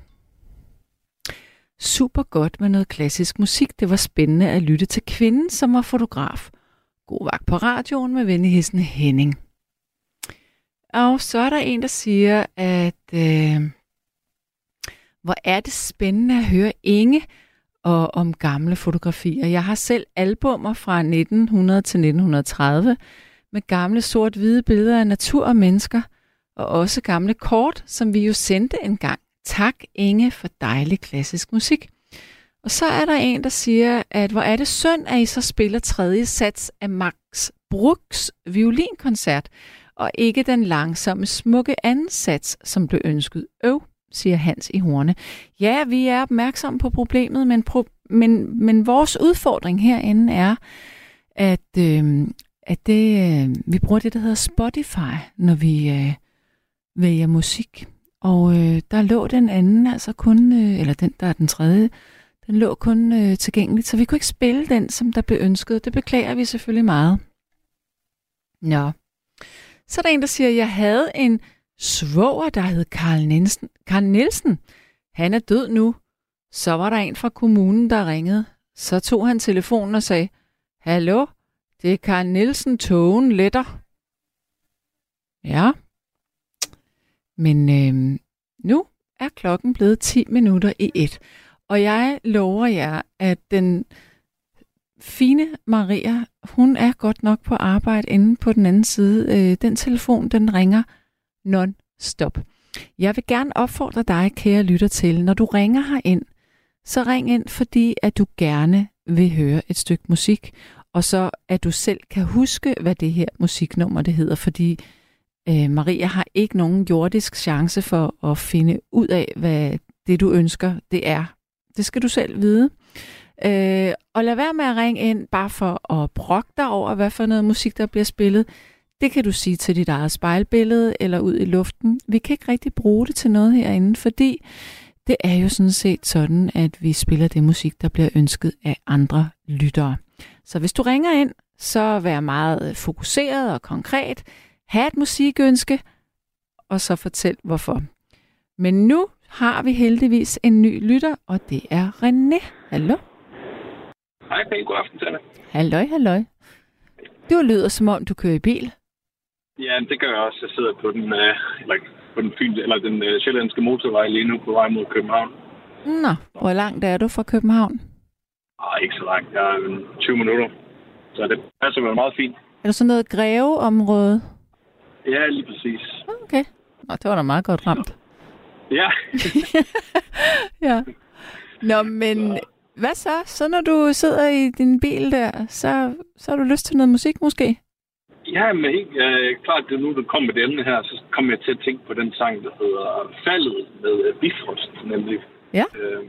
super godt med noget klassisk musik. Det var spændende at lytte til kvinden, som var fotograf. God vagt på radioen med venligheden Henning. Og så er der en, der siger, at øh, hvor er det spændende at høre Inge og om gamle fotografier. Jeg har selv albummer fra nitten hundrede til nitten tredive med gamle sort-hvide billeder af natur og mennesker, og også gamle kort, som vi jo sendte engang. Tak, Inge, for dejlig klassisk musik. Og så er der en, der siger, at hvor er det synd, at I så spiller tredje sats af Max Bruchs violinkoncert, og ikke den langsomme, smukke anden sats, som blev ønsket. Øv, siger Hans i Horne. Ja, vi er opmærksomme på problemet, men, pro- men, men vores udfordring herinde er, at, øh, at det, øh, vi bruger det, der hedder Spotify, når vi øh, vælger musik. Og øh, der lå den anden altså kun, øh, eller den, der er den tredje, den lå kun øh, tilgængeligt, så vi kunne ikke spille den, som der blev ønsket. Det beklager vi selvfølgelig meget. Nå. Så er der en, der siger, at jeg havde en svoger, der hed Carl Nielsen. Carl Nielsen. Han er død nu. Så var der en fra kommunen, der ringede. Så tog han telefonen og sagde, hallo, det er Carl Nielsen, togen letter. Ja. Men øh, nu er klokken blevet ti minutter i et. Og jeg lover jer, at den fine Maria, hun er godt nok på arbejde inde på den anden side. Øh, den telefon, den ringer non-stop. Jeg vil gerne opfordre dig, kære lytter, til, når du ringer herind, så ring ind, fordi at du gerne vil høre et stykke musik, og så at du selv kan huske, hvad det her musiknummer det hedder, fordi øh, Maria har ikke nogen jordisk chance for at finde ud af, hvad det du ønsker, det er. Det skal du selv vide. Øh, og lad være med at ringe ind, bare for at brokke dig over, hvad for noget musik, der bliver spillet. Det kan du sige til dit eget spejlbillede, eller ud i luften. Vi kan ikke rigtig bruge det til noget herinde, fordi det er jo sådan set sådan, at vi spiller det musik, der bliver ønsket af andre lyttere. Så hvis du ringer ind, så vær meget fokuseret og konkret. Ha' et musikønske, og så fortæl hvorfor. Men nu har vi heldigvis en ny lytter, og det er René. Hallo? Hej, pæn. God aften, Sanne. Halløj, halløj. Du lyder, som om du kører i bil. Ja, det gør jeg også. Jeg sidder på den, øh, eller på den, fyn, eller den øh, sjællandske motorvej lige nu på vej mod København. Nå, hvor langt er du fra København? Ah, ikke så langt. Jeg er tyve minutter. Så det passer vel meget fint. Er du sådan noget Greve-område? Ja, lige præcis. Okay. Nå, det var da meget godt ramt. Ja. Ja. Nå, men så. Hvad så? Så når du sidder i din bil der, så, så har du lyst til noget musik måske? Ja, men helt øh, klart, det er nu, du kommer med det emne her, så kommer jeg til at tænke på den sang, der hedder Faldet med øh, Bifrost, nemlig. Ja. Øh,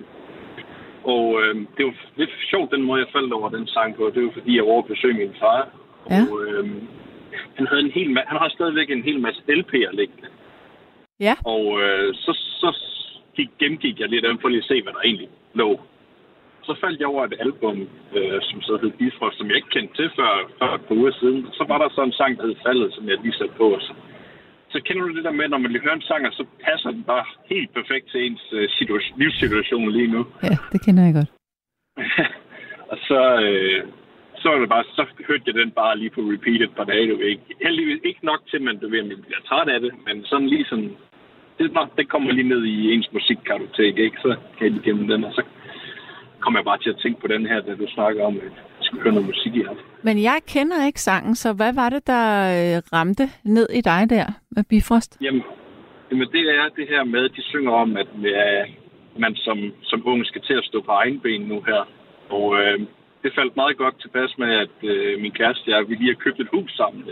og øh, det er jo lidt sjovt, den måde, jeg faldt over den sang på. Det er jo, fordi jeg var over at besøge min far. Ja. Og øh, han, havde en hel ma- han har stadigvæk en hel masse L P'er liggende. Ja. Og øh, så, så gik, gennemgik jeg lidt af dem for lige at se, hvad der egentlig lå. Så faldt jeg over et album, øh, som så hed Bifrost, som jeg ikke kendte til før, før et par uger siden. Så var der så en sang, der hed Faldet, som jeg lige satte på. Så, så kender du det der med, når man lige hører en sang, så passer den bare helt perfekt til ens øh, situa- livssituation lige nu. Ja, det kender jeg godt. Og så, øh, så var det bare, så hørte jeg den bare lige på repeat et par dage, du ved ikke. Heldigvis ikke nok til, man, du ved, man bliver træt af det, men sådan lige sådan, det, det kommer lige ned i ens musikkartotek, ikke? Så kan jeg lige gennem den, og så kommer jeg bare til at tænke på den her, da du snakker om, at jeg skulle høre noget musik i aften. Men jeg kender ikke sangen, så hvad var det, der ramte ned i dig der med Bifrost? Jamen, jamen det er det her med, at de synger om, at man som, som unge skal til at stå på egen ben nu her. Og øh, det faldt meget godt tilpas med, at øh, min kæreste og jeg, vi lige har købt et hus sammen.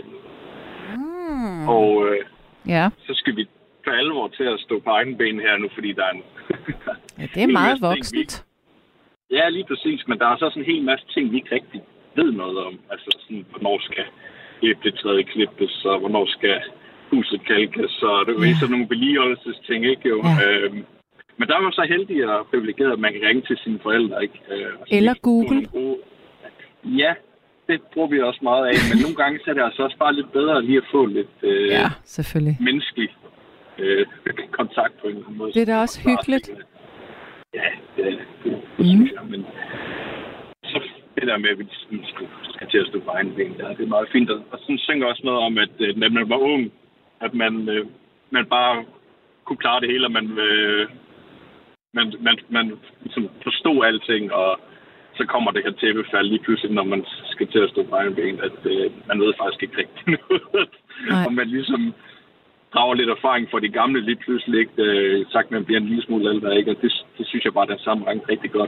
Mm. Og øh, ja. Så skal vi for alvor til at stå på egen ben her nu, fordi der er en... ja, det er meget voksent. Ja, lige præcis, men der er så sådan en hel masse ting, vi ikke rigtig ved noget om. Altså sådan, hvornår skal æbletræet klippes, og hvornår skal huset kalkes, og det er jo sådan nogle vedligeholdelsesting, ikke jo? Ja. Øhm, men der er jo så heldig og privilegeret, at man kan ringe til sine forældre, ikke? Øh, Eller Google. Gode... Ja, det bruger vi også meget af, men nogle gange så er det altså også bare lidt bedre lige at få lidt øh, ja, selvfølgelig. menneskelig øh, kontakt på en eller anden måde. Det er da også hyggeligt. Ja, det, det, det mm. synes jeg, men så det der med, at vi skal til at stå på egen ben, der, det er meget fint. Og sådan synger også noget om, at når man var ung, at man, øh, man bare kunne klare det hele, og man, øh, man, man, man ligesom forstod alting, og så kommer det her tæppefald lige pludselig, når man skal til at stå på egen ben, at øh, man ved faktisk ikke rigtig noget. Og man ligesom drager lidt erfaring for de gamle lige pludselig, ikke? Øh, sagt, man bliver en lille smule ældre, ikke? Og det, det synes jeg bare, der sammenhæng rigtig godt.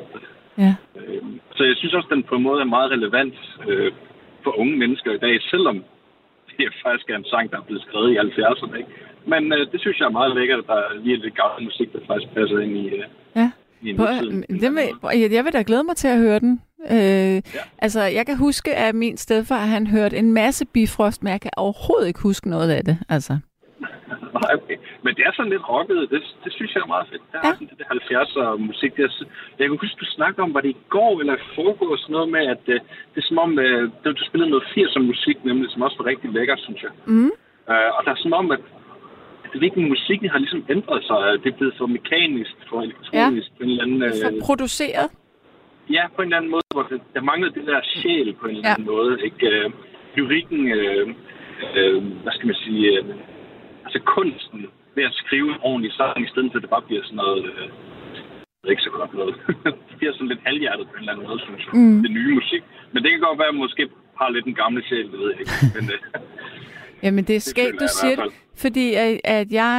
Ja. Øh, så jeg synes også, at den på en måde er meget relevant øh, for unge mennesker i dag, selvom det faktisk er en sang, der er blevet skrevet i halvfjerdserne. Ikke? Men øh, det synes jeg er meget lækkert, at der er lige lidt gammel musik, der faktisk passer ind i, øh, ja. i en På, det vil, jeg vil da glæde mig til at høre den. Øh, ja. Altså, jeg kan huske, at min stedfar, han hørte en masse Bifrost, men jeg kan overhovedet ikke huske noget af det. Altså. Nej, okay. Men det er sådan lidt rocket. Det, det synes jeg er meget fedt. Der er ja. sådan det der halvfjerdser musik. Det er, jeg kan huske, du snakkede om, var det i går eller i forgår, sådan noget med, at uh, det er som om, uh, du spillede noget firser musik, nemlig, som også var rigtig lækker, synes jeg. Mm. Uh, og der er som om, at det ikke, musikken har ligesom ændret sig. Det er blevet for mekanisk, for elektronisk. Ja. På en eller anden, uh, for produceret. Ja, på en eller anden måde, hvor det, der manglede det der sjæl på en eller anden ja. måde. Ikke? Uh, lyrikken, uh, uh, hvad skal man sige... Uh, Altså kunsten ved at skrive en ordentlig sang, i stedet for at det bare bliver sådan noget, øh, det er ikke så godt noget. Det bliver sådan lidt halvhjertet på en eller anden måde, synes jeg. Mm. Det nye musik. Men det kan godt være, at jeg måske har lidt en gamle sjæl, det ved jeg ikke. Men, øh, Jamen det er skægt, du siger det. Fordi at, at jeg,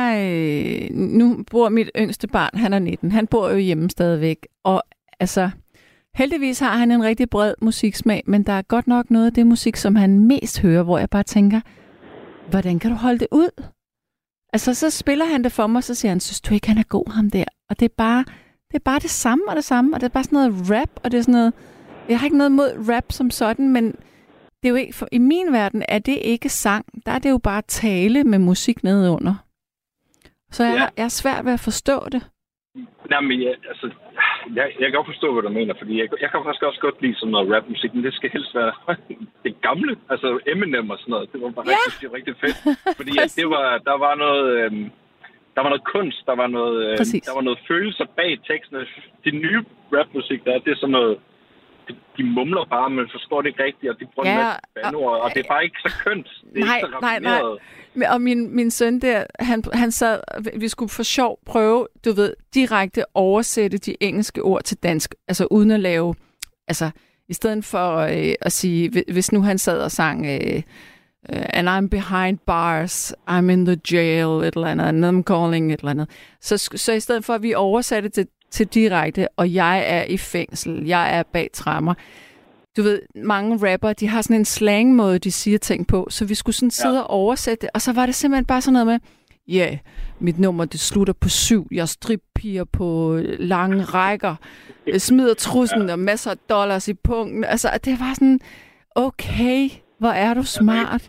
nu bor mit yngste barn, han er nitten, han bor jo hjemme stadigvæk. Og altså, heldigvis har han en rigtig bred musiksmag, men der er godt nok noget af det musik, som han mest hører, hvor jeg bare tænker, hvordan kan du holde det ud? Altså, så spiller han det for mig, så siger han, synes du ikke, han er god, ham der? Og det er bare det, er bare det samme og det samme, og det er bare sådan noget rap, og det er sådan noget... Jeg har ikke noget mod rap som sådan, men det er jo ikke... For, i min verden er det ikke sang. Der er det jo bare tale med musik nedenunder. Så jeg, ja. jeg er svært ved at forstå det. Nej, men jeg, altså... Jeg, jeg kan godt forstå, hvad du mener, fordi jeg, jeg kan faktisk også godt lide sådan noget rapmusik, men det skal helst være det gamle, altså Eminem og sådan noget. Det var bare ja. rigtig, rigtig fedt, fordi at det var, der var noget, øhm, der var noget kunst, der var noget, øhm, der var noget følelser bag teksten. Det nye rapmusik, der er, det er sådan noget, de, de mumler bare, men forstår det ikke rigtigt, og de bruger ja, en masse bandord, og det er bare ikke så kønt. Det er nej, ikke så nej, nej. Og min, min søn der, han, han sad, vi skulle for sjov prøve, du ved, direkte oversætte de engelske ord til dansk, altså uden at lave, altså i stedet for øh, at sige, hvis nu han sad og sang, øh, and I'm behind bars, I'm in the jail, et eller andet, and I'm calling, et eller andet. Så, så i stedet for, at vi oversatte det til direkte, og jeg er i fængsel, jeg er bag tremmer. Du ved, mange rapper, de har sådan en slang-måde, de siger ting på, så vi skulle sådan sidde ja. og oversætte det, og så var det simpelthen bare sådan noget med, ja, yeah, mit nummer, det slutter på syv, jeg strippiger på lange rækker, jeg smider trussen ja. og masser af dollars i punkten. Altså, det var sådan, okay, hvor er du smart.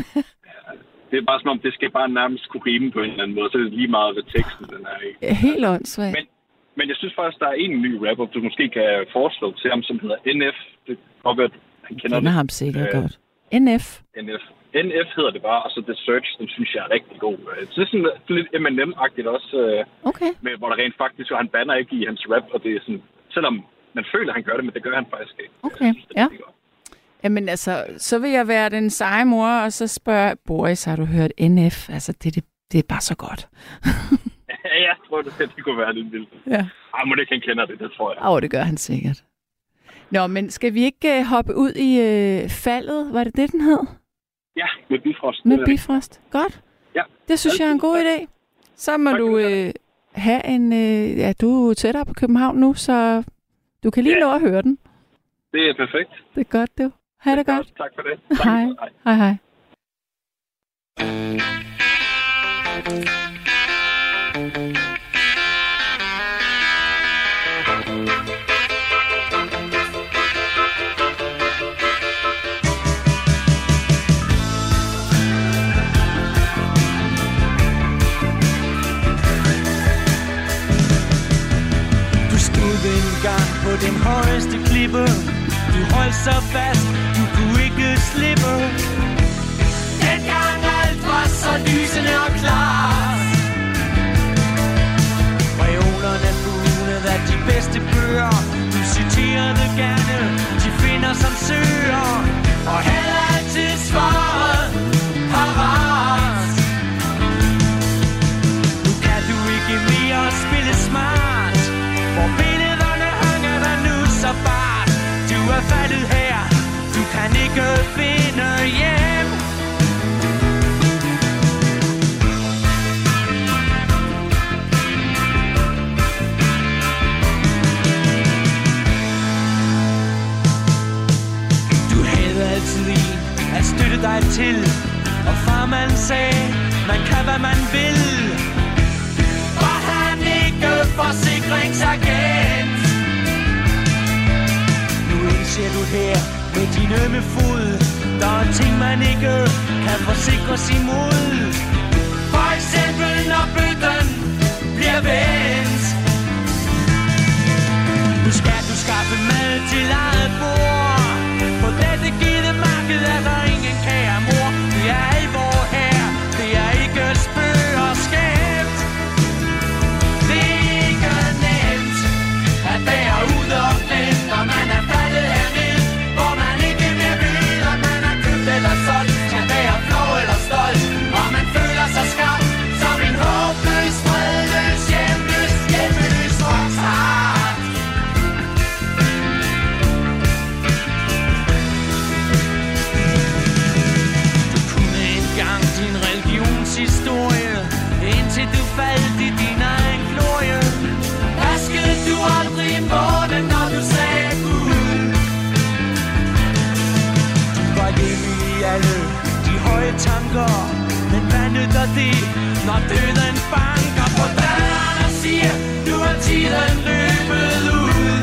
Det er bare som om, det skal bare nærmest kunne rime på en eller anden måde, så er det lige meget ved teksten, den er ikke. Ja, helt åndssvagt. Men, men jeg synes faktisk, der er en ny rapper, du måske kan foreslå til ham, som hedder N F. Det kan godt, han kender det. Den ham sikkert øh, godt. N F? N F. N F hedder det bare, og så The Search, den synes jeg er rigtig god. Så det er sådan lidt Eminem-agtigt også, okay. med, hvor der rent faktisk, og han banner ikke i hans rap, og det er sådan, selvom man føler, at han gør det, men det gør han faktisk ikke. Okay, synes, ja. Jamen altså, så vil jeg være den seje mor, og så spørge, Boris, har du hørt N F? Altså, det, det, det er bare så godt. Ja, jeg tror, det, det kunne være lidt vildt. Ja. Ej, må det ikke, han kender det, det tror jeg. Åh, oh, det gør han sikkert. Nå, men skal vi ikke uh, hoppe ud i uh, faldet? Var det det, den hed? Ja, med Bifrost. Med Bifrost. Godt. Ja. Det synes jeg er en god idé. Så må tak, du uh, have en... Uh, ja, du er tættere på København nu, så du kan lige ja. nå at høre den. Det er perfekt. Det er godt, du. Ha' det, det godt. Tak for det. Tak hej. For det. Hej, hej. På den højeste klippe, du holdt så fast, du kunne ikke slippe. Dengang alt var så lysende og klart. Reolerne fuldet af de bedste bøger, du citerede gerne, de finder som søger, og havde altid svaret parat. Nu kan du ikke mere spille smart, for så bare, du er faldet her, du kan ikke finde hjem. altid en at støtte dig til. Og farmand sagde, man kan hvad man vil. Var han ikke forsikringsagent? Nu indser du her med din ømme fod, der er ting man ikke kan forsikres imod. For eksempel når bøtten bliver vendt. Nu skal du skaffe mad til eget bord. På dette gitte marked er der ingen kære mor. Det er alvor her, det er ikke spøg og skæmt. Det er ikke nemt at være ude og glemt, når man er faldet herned, hvor man ikke mere ved, om man er købt eller solgt. Skal være flå eller stolt, og man føler sig skam som en håbløs, fredløs, hjemløs, hjemløs rockstar. Du kunne engang din religionshistorie, indtil du faldt i din egen glorie. Vaskede du aldrig i månen, når du sagde Gud? Du var hjemme i alle de høje tanker, men hvad nytter det, når døden banker på døren og siger, du har tiden løbet ud?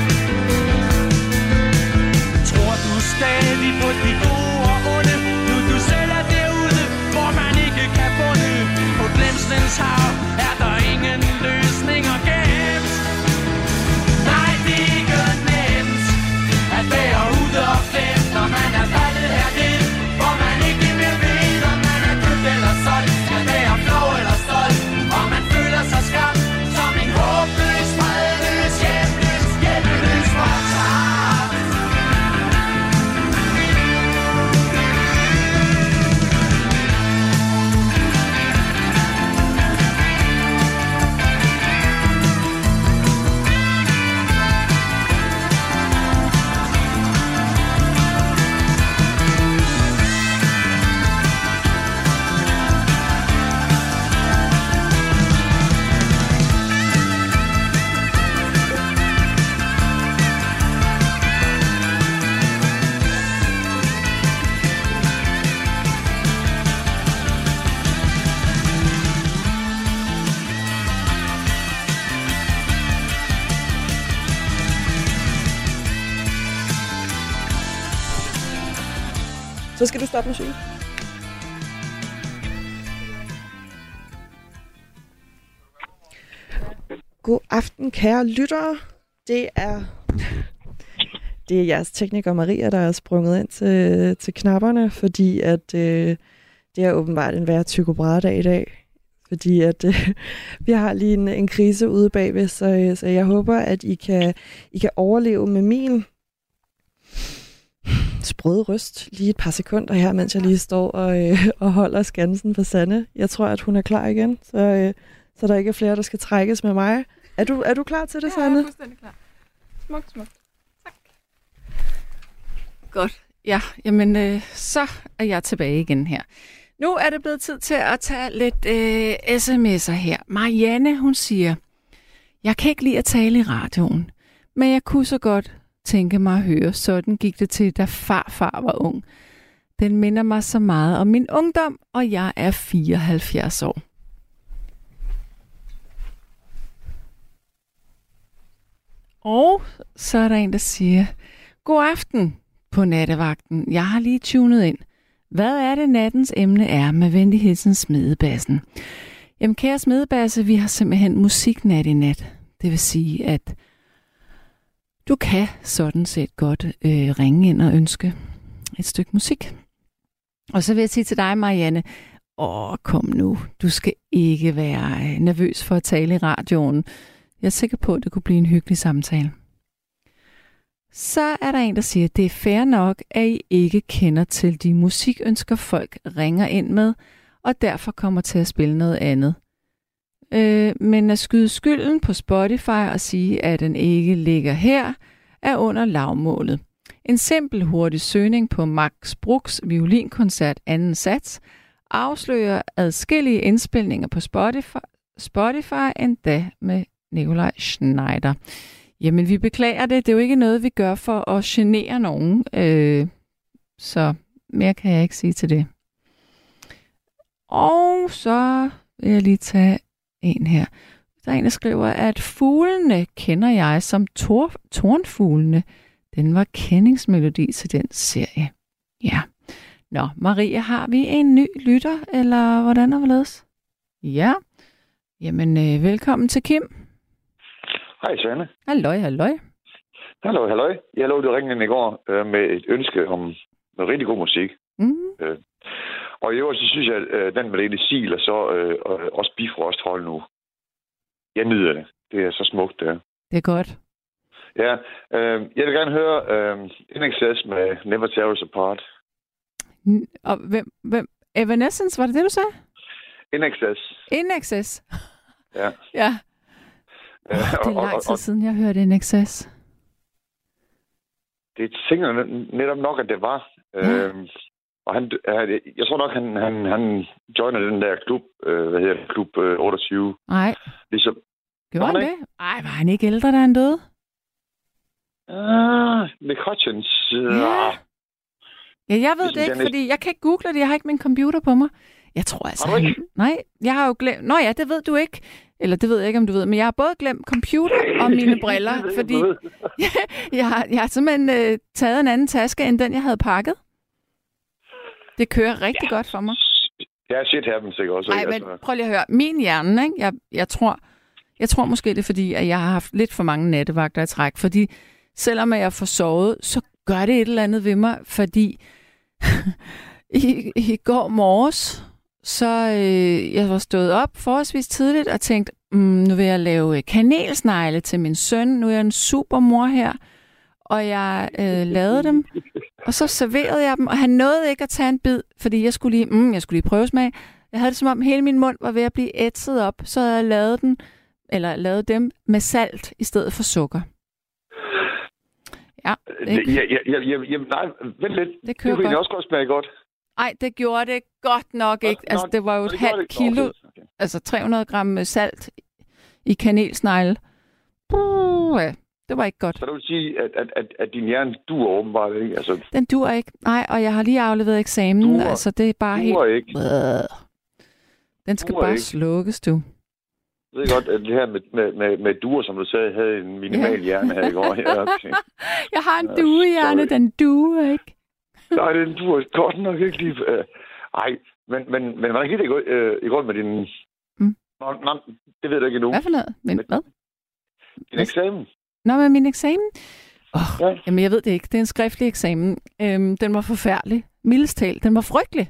Tror du stadig på de gode og onde, nu du selv er derude, hvor man ikke kan bunde? På glemslens hav er der ingen løsninger gemt. Nej, det er ikke nemt at være ude og glemt, når man er faldet herned, hvor man ikke mere ved, om man er købt eller solgt. Skal være flå eller stolt, og man føler sig skam som en håbløs, fredløs, hjemløs, hjemløs rockstar. Så skal du stoppe musikken. God aften, kære lyttere. Det er, det er jeres tekniker Maria, der er sprunget ind til, til knapperne, fordi at øh, det er åbenbart en værre tykobradag i dag. Fordi at øh, vi har lige en, en krise ude bagved, så, så jeg håber, at I kan, I kan overleve med min sprøde røst lige et par sekunder her, mens jeg lige står og, øh, og holder skansen for Sanne. Jeg tror, at hun er klar igen, så, øh, så der ikke er flere, der skal trækkes med mig. Er du, er du klar til det, Sanne? Ja, jeg er fuldstændig klar. Smukt, smukt. Tak. Godt. Ja, jamen øh, så er jeg tilbage igen her. Nu er det blevet tid til at tage lidt øh, sms'er her. Marianne, hun siger, jeg kan ikke lide at tale i radioen, men jeg kunne så godt tænke mig at høre. Sådan gik det til, da farfar var ung. Den minder mig så meget om min ungdom, og jeg er fireoghalvfjerds år. Og så er der en, der siger, god aften på nattevagten. Jeg har lige tunet ind. Hvad er det, nattens emne er? Med venlig hilsen Smedebassen. Jamen kære Smedebasse, vi har simpelthen musiknat i nat. Det vil sige, at du kan sådan set godt øh, ringe ind og ønske et stykke musik. Og så vil jeg sige til dig, Marianne, åh, kom nu. Du skal ikke være nervøs for at tale i radioen. Jeg er sikker på, at det kunne blive en hyggelig samtale. Så er der en, der siger, at det er fair nok, at I ikke kender til de musikønsker, folk ringer ind med, og derfor kommer til at spille noget andet. Øh, men at skyde skylden på Spotify og sige, at den ikke ligger her, er under lavmålet. En simpel hurtig søgning på Max Bruchs violinkoncert anden sats afslører adskillige indspilninger på Spotify, Spotify endda med Nikolaj Schneider. Jamen, vi beklager det. Det er jo ikke noget, vi gør for at genere nogen. Øh, Så mere kan jeg ikke sige til det. Og så vil jeg lige tage en her. Der er en, der skriver, at fuglene kender jeg som tor- tornfuglene. Den var kendingsmelodi til den serie. Ja. Nå, Marie, har vi en ny lytter, eller hvordan er det? Ja. Jamen, øh, velkommen til Kim. Hej, Sanne. Halløj, halløj. Hallo, halløj. Jeg lovede at ringe ind i går øh, med et ønske om noget rigtig god musik. Mm. Øh, og i øvrigt, så synes jeg, at øh, den med Lene Sil og så øh, også Bifrost, hold nu. Jeg nyder det. Det er så smukt, det er. Det er godt. Ja, øh, jeg vil gerne høre øh, In Excess med Never Tear Us Apart. N- og hvem, hvem? Evanescence, var det det, du sagde? In Excess. In Excess. Ja. Ja. Øh, Oh, det er lang tid siden, jeg hørte In Excess. Det tænker netop nok, at det var. Ja. Øh, og han, jeg tror nok, han, han, han joiner den der klub, øh, hvad hedder det, klub øh, otteogtyve. Nej. Ligesom, Gjorde han det? Ej, var han ikke ældre, da han døde? Ah, Mick Hutchins. Ja. Ja, jeg ved det ikke, fordi jeg kan ikke google det. Jeg har ikke min computer på mig. Jeg tror altså... Har du ikke? Han... Nej, jeg har jo glemt... Nå ja, det ved du ikke. Eller det ved jeg ikke, om du ved. Men jeg har både glemt computer og mine briller, fordi jeg, har, jeg har simpelthen øh, taget en anden taske, end den, jeg havde pakket. Det kører rigtig ja. godt for mig. Ja, shit happens ikke også. Nej, men prøv lige at høre. Min hjerne, ikke? Jeg, jeg, tror, jeg tror måske, det er fordi, at jeg har haft lidt for mange nattevagter i træk. Fordi selvom jeg får sovet, så gør det et eller andet ved mig. Fordi i, i går morges, så øh, jeg var stået op forholdsvis tidligt og tænkt, mm, nu vil jeg lave kanelsnegle til min søn. Nu er jeg en supermor her. Og jeg øh, lavede dem, og så serverede jeg dem, og han nåede ikke at tage en bid, fordi jeg skulle lige, mm, jeg skulle lige prøve smag. Jeg havde det som om hele min mund var ved at blive ætset op, så havde jeg lavet den, eller lavet dem med salt i stedet for sukker. Ja, ikke? Ja, ja, ja, ja, ja, nej, vent lidt. Det kører det godt. Det også godt smage godt. Nej, det gjorde det godt nok ikke. Altså, det var jo et halvt kilo, okay. Okay. Altså tre hundrede gram salt i kanelsnegle. Puh, ja. Det var ikke godt. Så du vil sige, at, at, at, at din hjerne duer åbenbart ikke? Altså... Den duer ikke. Nej, og jeg har lige afleveret eksamen. Duer. Altså, det er bare duer helt... ikke. Den skal duer bare ikke. slukkes, du. Jeg ved godt, at det her med, med, med, med duer, som du sagde, havde en minimal ja. hjerne her i går. Ja, okay. Jeg har en duehjerne, den duer ikke. Nej, den duer godt nok ikke lige... Ej, men, men, men hvordan gik det i går, øh, i går med din... Mm. Nå, nå, det ved du ikke endnu. Hvad for noget? Men, hvad? Din eksamen. Nå, med min eksamen? Oh, ja. Jamen, jeg ved det ikke. Det er en skriftlig eksamen. Øhm, den var forfærdelig. Mildest talt. Den var frygtelig.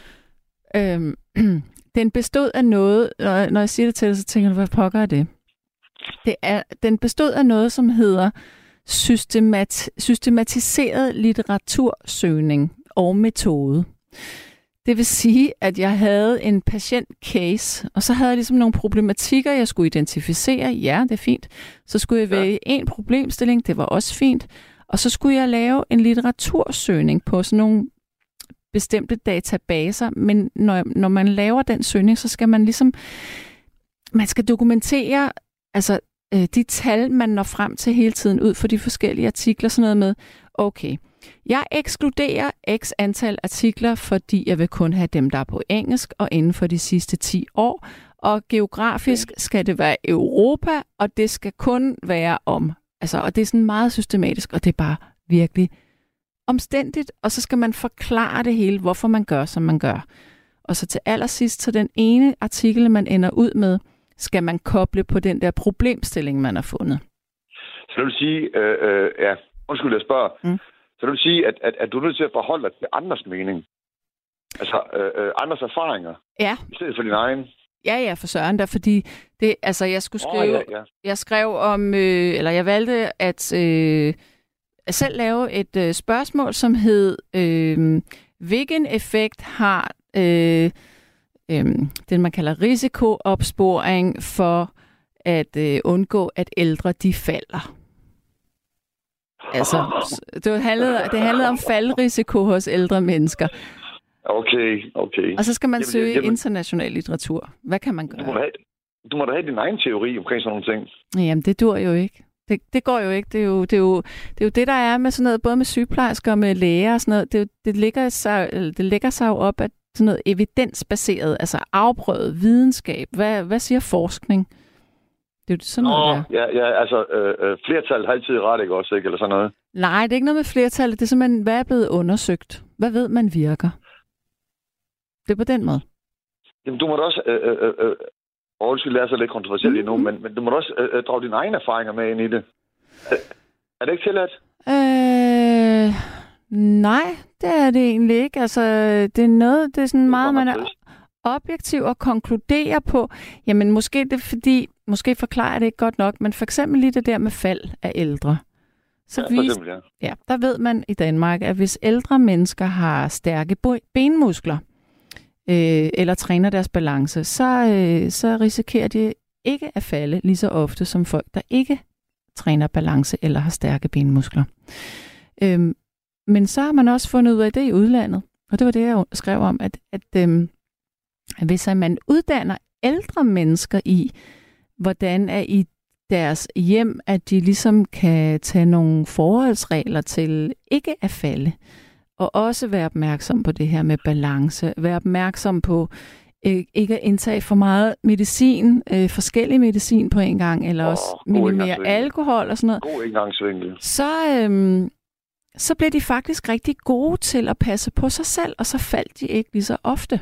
Øhm, den bestod af noget... Når, når jeg siger det til dig, så tænker du, hvad pokker er det? det er, den bestod af noget, som hedder systemat, systematiseret litteratursøgning og metode. Det vil sige, at jeg havde en patient-case, og så havde jeg ligesom nogle problematikker, jeg skulle identificere. Ja, det er fint. Så skulle jeg vælge ja. en problemstilling, det var også fint. Og så skulle jeg lave en litteratursøgning på sådan nogle bestemte databaser. Men når, når man laver den søgning, så skal man ligesom... Man skal dokumentere altså, de tal, man når frem til hele tiden ud for de forskellige artikler. Sådan noget med, okay... Jeg ekskluderer x antal artikler, fordi jeg vil kun have dem, der er på engelsk og inden for de sidste ti år. Og geografisk skal det være Europa, og det skal kun være om. Altså, og det er sådan meget systematisk, og det er bare virkelig omstændigt. Og så skal man forklare det hele, hvorfor man gør, som man gør. Og så til allersidst, så den ene artikel, man ender ud med, skal man koble på den der problemstilling, man har fundet. Så det vil sige, øh, øh, ja, undskyld, jeg spørger. Mm. Så det vil sige, at, at, at du er nødt til at forholde dig til andres mening. Altså øh, øh, andres erfaringer. Ja. I stedet for din egen. Ja, ja, for søren der, fordi det, altså, jeg skulle skrive, oh, ja, ja. jeg skrev om, øh, eller jeg valgte at, øh, at selv lave et øh, spørgsmål, som hed, øh, hvilken effekt har øh, øh, den, man kalder risikoopsporing for at øh, undgå, at ældre de falder. Altså, det handlede, det handlede om faldrisiko hos ældre mennesker. Okay, okay. Og så skal man jamen, søge jamen, international litteratur. Hvad kan man gøre? Du må, have, du må da have din egen teori omkring sådan nogle ting. Jamen, det dur jo ikke. Det, det går jo ikke. Det er jo, det, er jo, det er jo det, der er med sådan noget, både med sygeplejersker og med læger og sådan noget. Det, det, ligger, sig, det ligger sig jo op af sådan noget evidensbaseret, altså afprøvet videnskab. Hvad, hvad siger forskning? Det er jo sådan Nå, noget der. Ja, ja, altså øh, flertal har altid ret, ikke også, ikke? Eller sådan noget. Nej, det er ikke noget med flertal. Det er simpelthen, hvad er blevet undersøgt? Hvad ved man virker? Det er på den måde. Jamen, du må da også... Øh, øh, øh, og undskyld, det er så lidt kontroversielt mm-hmm. endnu, men, men du må da også øh, drage dine egne erfaringer med ind i det. Er, er det ikke tilladt? Øh, nej, det er det egentlig ikke. Altså, det er noget, det er sådan det er meget, man er objektiv og konkluderer på. Jamen, måske det er fordi, måske forklarer jeg det ikke godt nok, men for eksempel lige det der med fald af ældre. Så ja, vis, eksempel, ja. ja, der ved man i Danmark, at hvis ældre mennesker har stærke benmuskler, øh, eller træner deres balance, så, øh, så risikerer de ikke at falde lige så ofte som folk, der ikke træner balance eller har stærke benmuskler. Øhm, men så har man også fundet ud af det i udlandet, og det var det, jeg skrev om, at, at, øhm, at hvis man uddanner ældre mennesker i, hvordan er i deres hjem, at de ligesom kan tage nogle forholdsregler til ikke at falde, og også være opmærksom på det her med balance, være opmærksom på øh, ikke at indtage for meget medicin, øh, forskellig medicin på en gang, eller oh, også minimere alkohol og sådan noget. God indgangsvinkel. Så, øh, så bliver de faktisk rigtig gode til at passe på sig selv, og så faldt de ikke lige så ofte.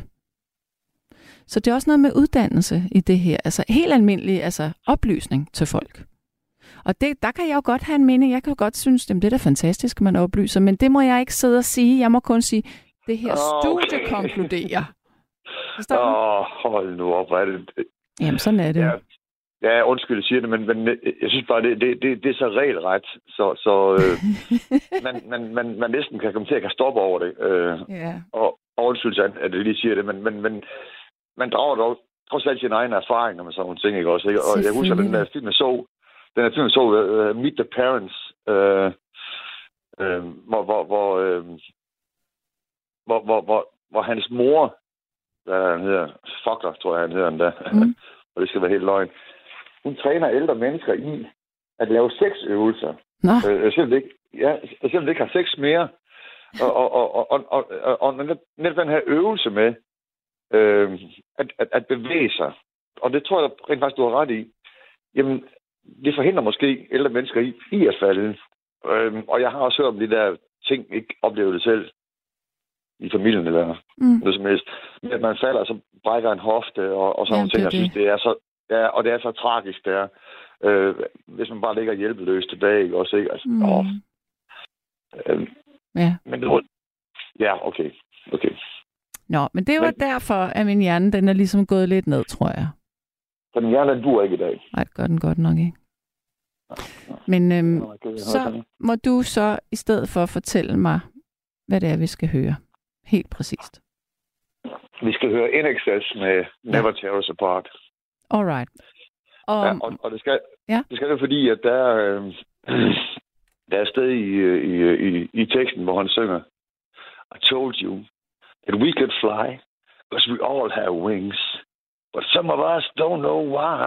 Så det er også noget med uddannelse i det her. Altså helt almindelig altså, oplysning til folk. Og det, der kan jeg jo godt have en mening. Jeg kan jo godt synes, at det er da fantastisk, at man oplyser. Men det må jeg ikke sidde og sige. Jeg må kun sige, at det her studie okay. konkluderer. Åh, oh, hold nu op. Er det? Jamen, sådan er det. Ja, ja undskyld, jeg siger det, men, men jeg synes bare, det, det, det, det er så regelret. Så, så øh, man, man, man, man næsten kan komme til at kan stoppe over det. Øh, yeah. Og, og undskyld, at jeg lige siger det, men, men, men man drager dog trods alt sine egne erfaringer med sådan nogle ting, ikke også? Ikke? Og jeg husker, den der film, jeg så, den der film, jeg så, uh, Meet the Parents, uh, uh, hvor, hvor, hvor, uh, hvor, hvor, hvor, hvor hans mor, hvad han hedder, Fucker, tror jeg, han hedder den der, mm. og det skal være helt løgn, hun træner ældre mennesker i at lave sexøvelser. Nå. Uh, selvom det ikke, ja, selvom det ikke har sex mere. Og, og, og, og, og, og, og, og netop den her øvelse med, Øh, at, at, at bevæge sig. Og det tror jeg rent faktisk, du har ret i. Jamen, det forhindrer måske ældre mennesker i, i at falde. Øh, og jeg har også hørt om de der ting, ikke oplevet det selv i familien eller mm. noget som helst. Men at man falder, så brækker en hofte og, og sådan ja, nogle ting. Jeg synes, det er så, ja, og det er så tragisk, det er. Øh, hvis man bare ligger hjælpeløs tilbage, ikke også, ikke? Altså, mm. åh. Øh, ja. Men det ja, okay. Okay. Nå, men det var men, derfor, at min hjerne, den er ligesom gået lidt ned, tror jeg. Så den hjerne, den duer ikke i dag? Nej, det gør den godt nok ikke. Men øhm, så må du så i stedet for fortælle mig, hvad det er, vi skal høre. Helt præcist. Vi skal høre In Excess med Never Tear Us Apart. Alright. Og, ja, og, og det skal ja. det skal det, fordi at der, øh, der er et sted i, i, i, i teksten, hvor han synger I told you that we could fly, because we all have wings. But some of us don't know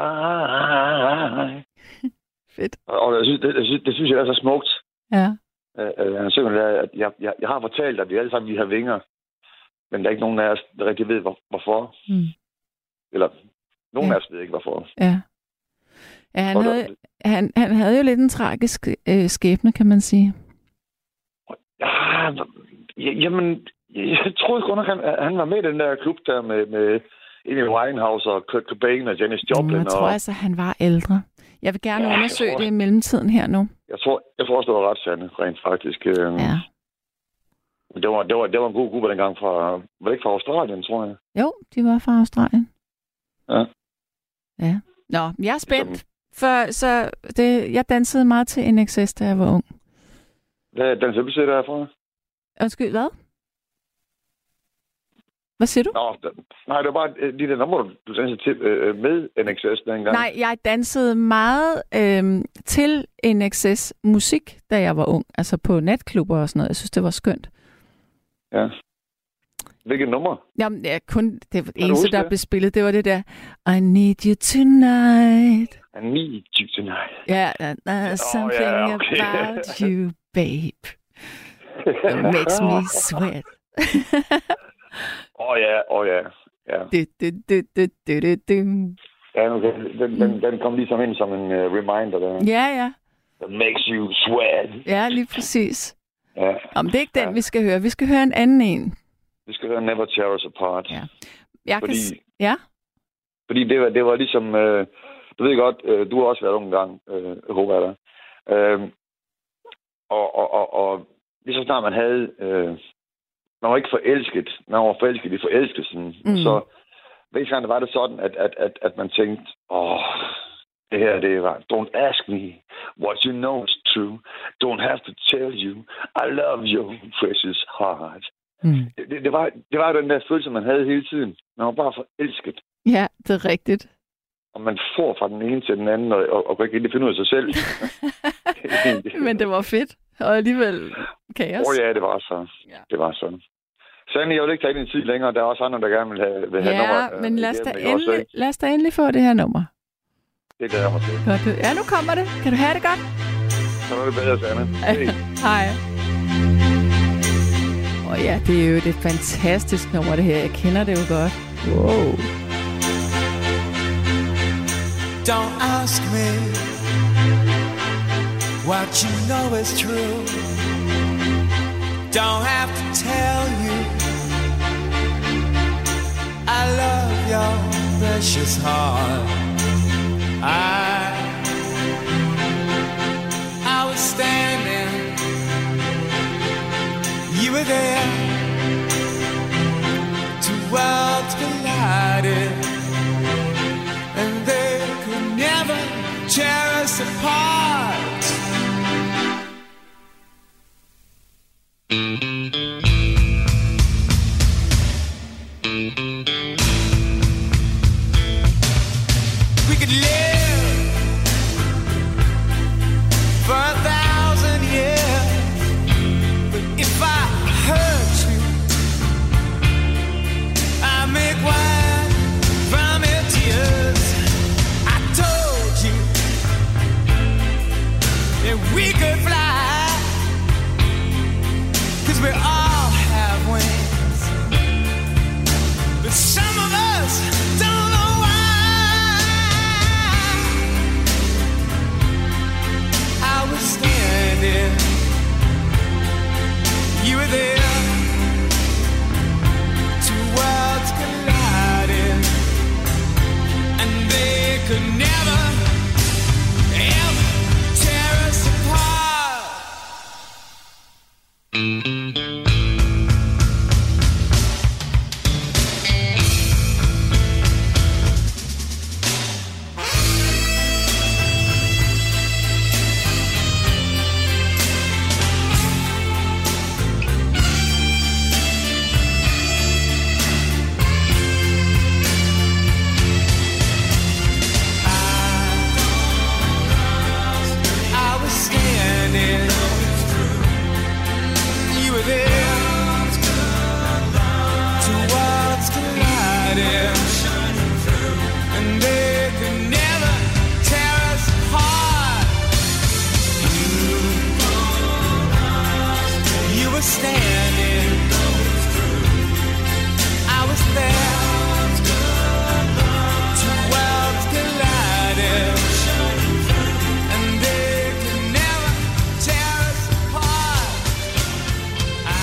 why. Fedt. Og jeg synes, det, jeg synes, det synes jeg er så smukt. Ja. Uh, han synger der, at jeg, jeg, jeg har fortalt, at vi alle sammen vi har vinger, men der er ikke nogen af os, der rigtig ved, hvor, hvorfor. Mm. Eller, nogen ja. af os ved ikke, hvorfor. Ja. Ja, han, havde, han, han havde jo lidt en tragisk øh, skæbne, kan man sige. Ja, jamen, jeg troede kun, at han, han var med i den der klub der med, med Amy Winehouse og Kurt Cobain og Janis Joplin. Jeg tror og... altså, han var ældre. Jeg vil gerne ja, undersøge tror, det i mellemtiden her nu. Jeg tror, jeg tror også, det var ret sandt, rent faktisk. Ja. Det var, det var, det var en god gruppe dengang fra... Var det ikke fra Australien, tror jeg? Jo, de var fra Australien. Ja. Ja. Nå, jeg er spændt. For, så det, jeg dansede meget til In Excess, da jeg var ung. Hvad dansede du til derfra? Undskyld, hvad? Hvad siger du? Nå, da, nej, det var bare de der numre, du dansede til øh, med In Excess dengang. Nej, jeg dansede meget øh, til In Excess musik, da jeg var ung. Altså på natklubber og sådan noget. Jeg synes, det var skønt. Ja. Hvilket nummer? Jamen, ja, kun det, det du eneste, huske der det? blev spillet, det var det der I need you tonight. I need you tonight. Ja, yeah, there's something oh, yeah, okay. about you, babe. It makes me sweat. Åh oh, ja, åh oh, ja. Ja, du, du, du, du, du, du, du. ja okay. den, den, den kom ligesom ind som en uh, reminder der. Ja, ja. That makes you sweat. Ja, lige præcis. Ja. Om det er ikke den, ja. vi skal høre. Vi skal høre en anden en. Vi skal høre Never Tear Us Apart. Ja. Jeg fordi, kan s- ja. fordi det var, det var ligesom... Øh, du ved godt, øh, du har også været ung gang, øh, håber jeg da. Øh, og, og, og, og lige så snart man havde... Øh, man var ikke forelsket. Man var forelsket i forelskelsen. Mm. Så hver gang var det sådan, at, at, at, at man tænkte, åh, det her, det var, don't ask me what you know is true. Don't have to tell you, I love you, precious heart. Mm. Det, det, det, var, det var den der følelse, man havde hele tiden. Man var bare forelsket. Ja, det er rigtigt. Og man får fra den ene til den anden, og, og, og kan ikke rigtig finde ud af sig selv. Men det var fedt. Og alligevel kaos. Åh oh, ja, det var så. Ja. Det var sådan. Sandelig, jeg vil ikke tage din tid længere. Der er også andre, der gerne vil have, vil have ja, nummer. Ja, men lad os, da igennem, endelig, lad os da endelig få det her nummer. Det glæder jeg mig til. Godt. Ja, nu kommer det. Kan du have det godt? Så er det bedre, Sanne. Hey. Hej. Og ja, det er jo et fantastisk nummer, det her. Jeg kender det jo godt. Wow. Don't ask me what you know is true. Don't have to tell you I love your precious heart. I I was standing, you were there. Two worlds collided, and they could never tear us apart. We could live for a thousand years, but if I hurt you, I make wine from your tears. I told you that we could fly, 'cause we all have wings, but some of us don't know why. I was standing, you were there. Two worlds collided, and they could never, ever tear us apart. I was standing, you were there. Two worlds collided, and they could never tear us apart. You were standing, I was there. Two worlds collided, and they could never tear us apart. I,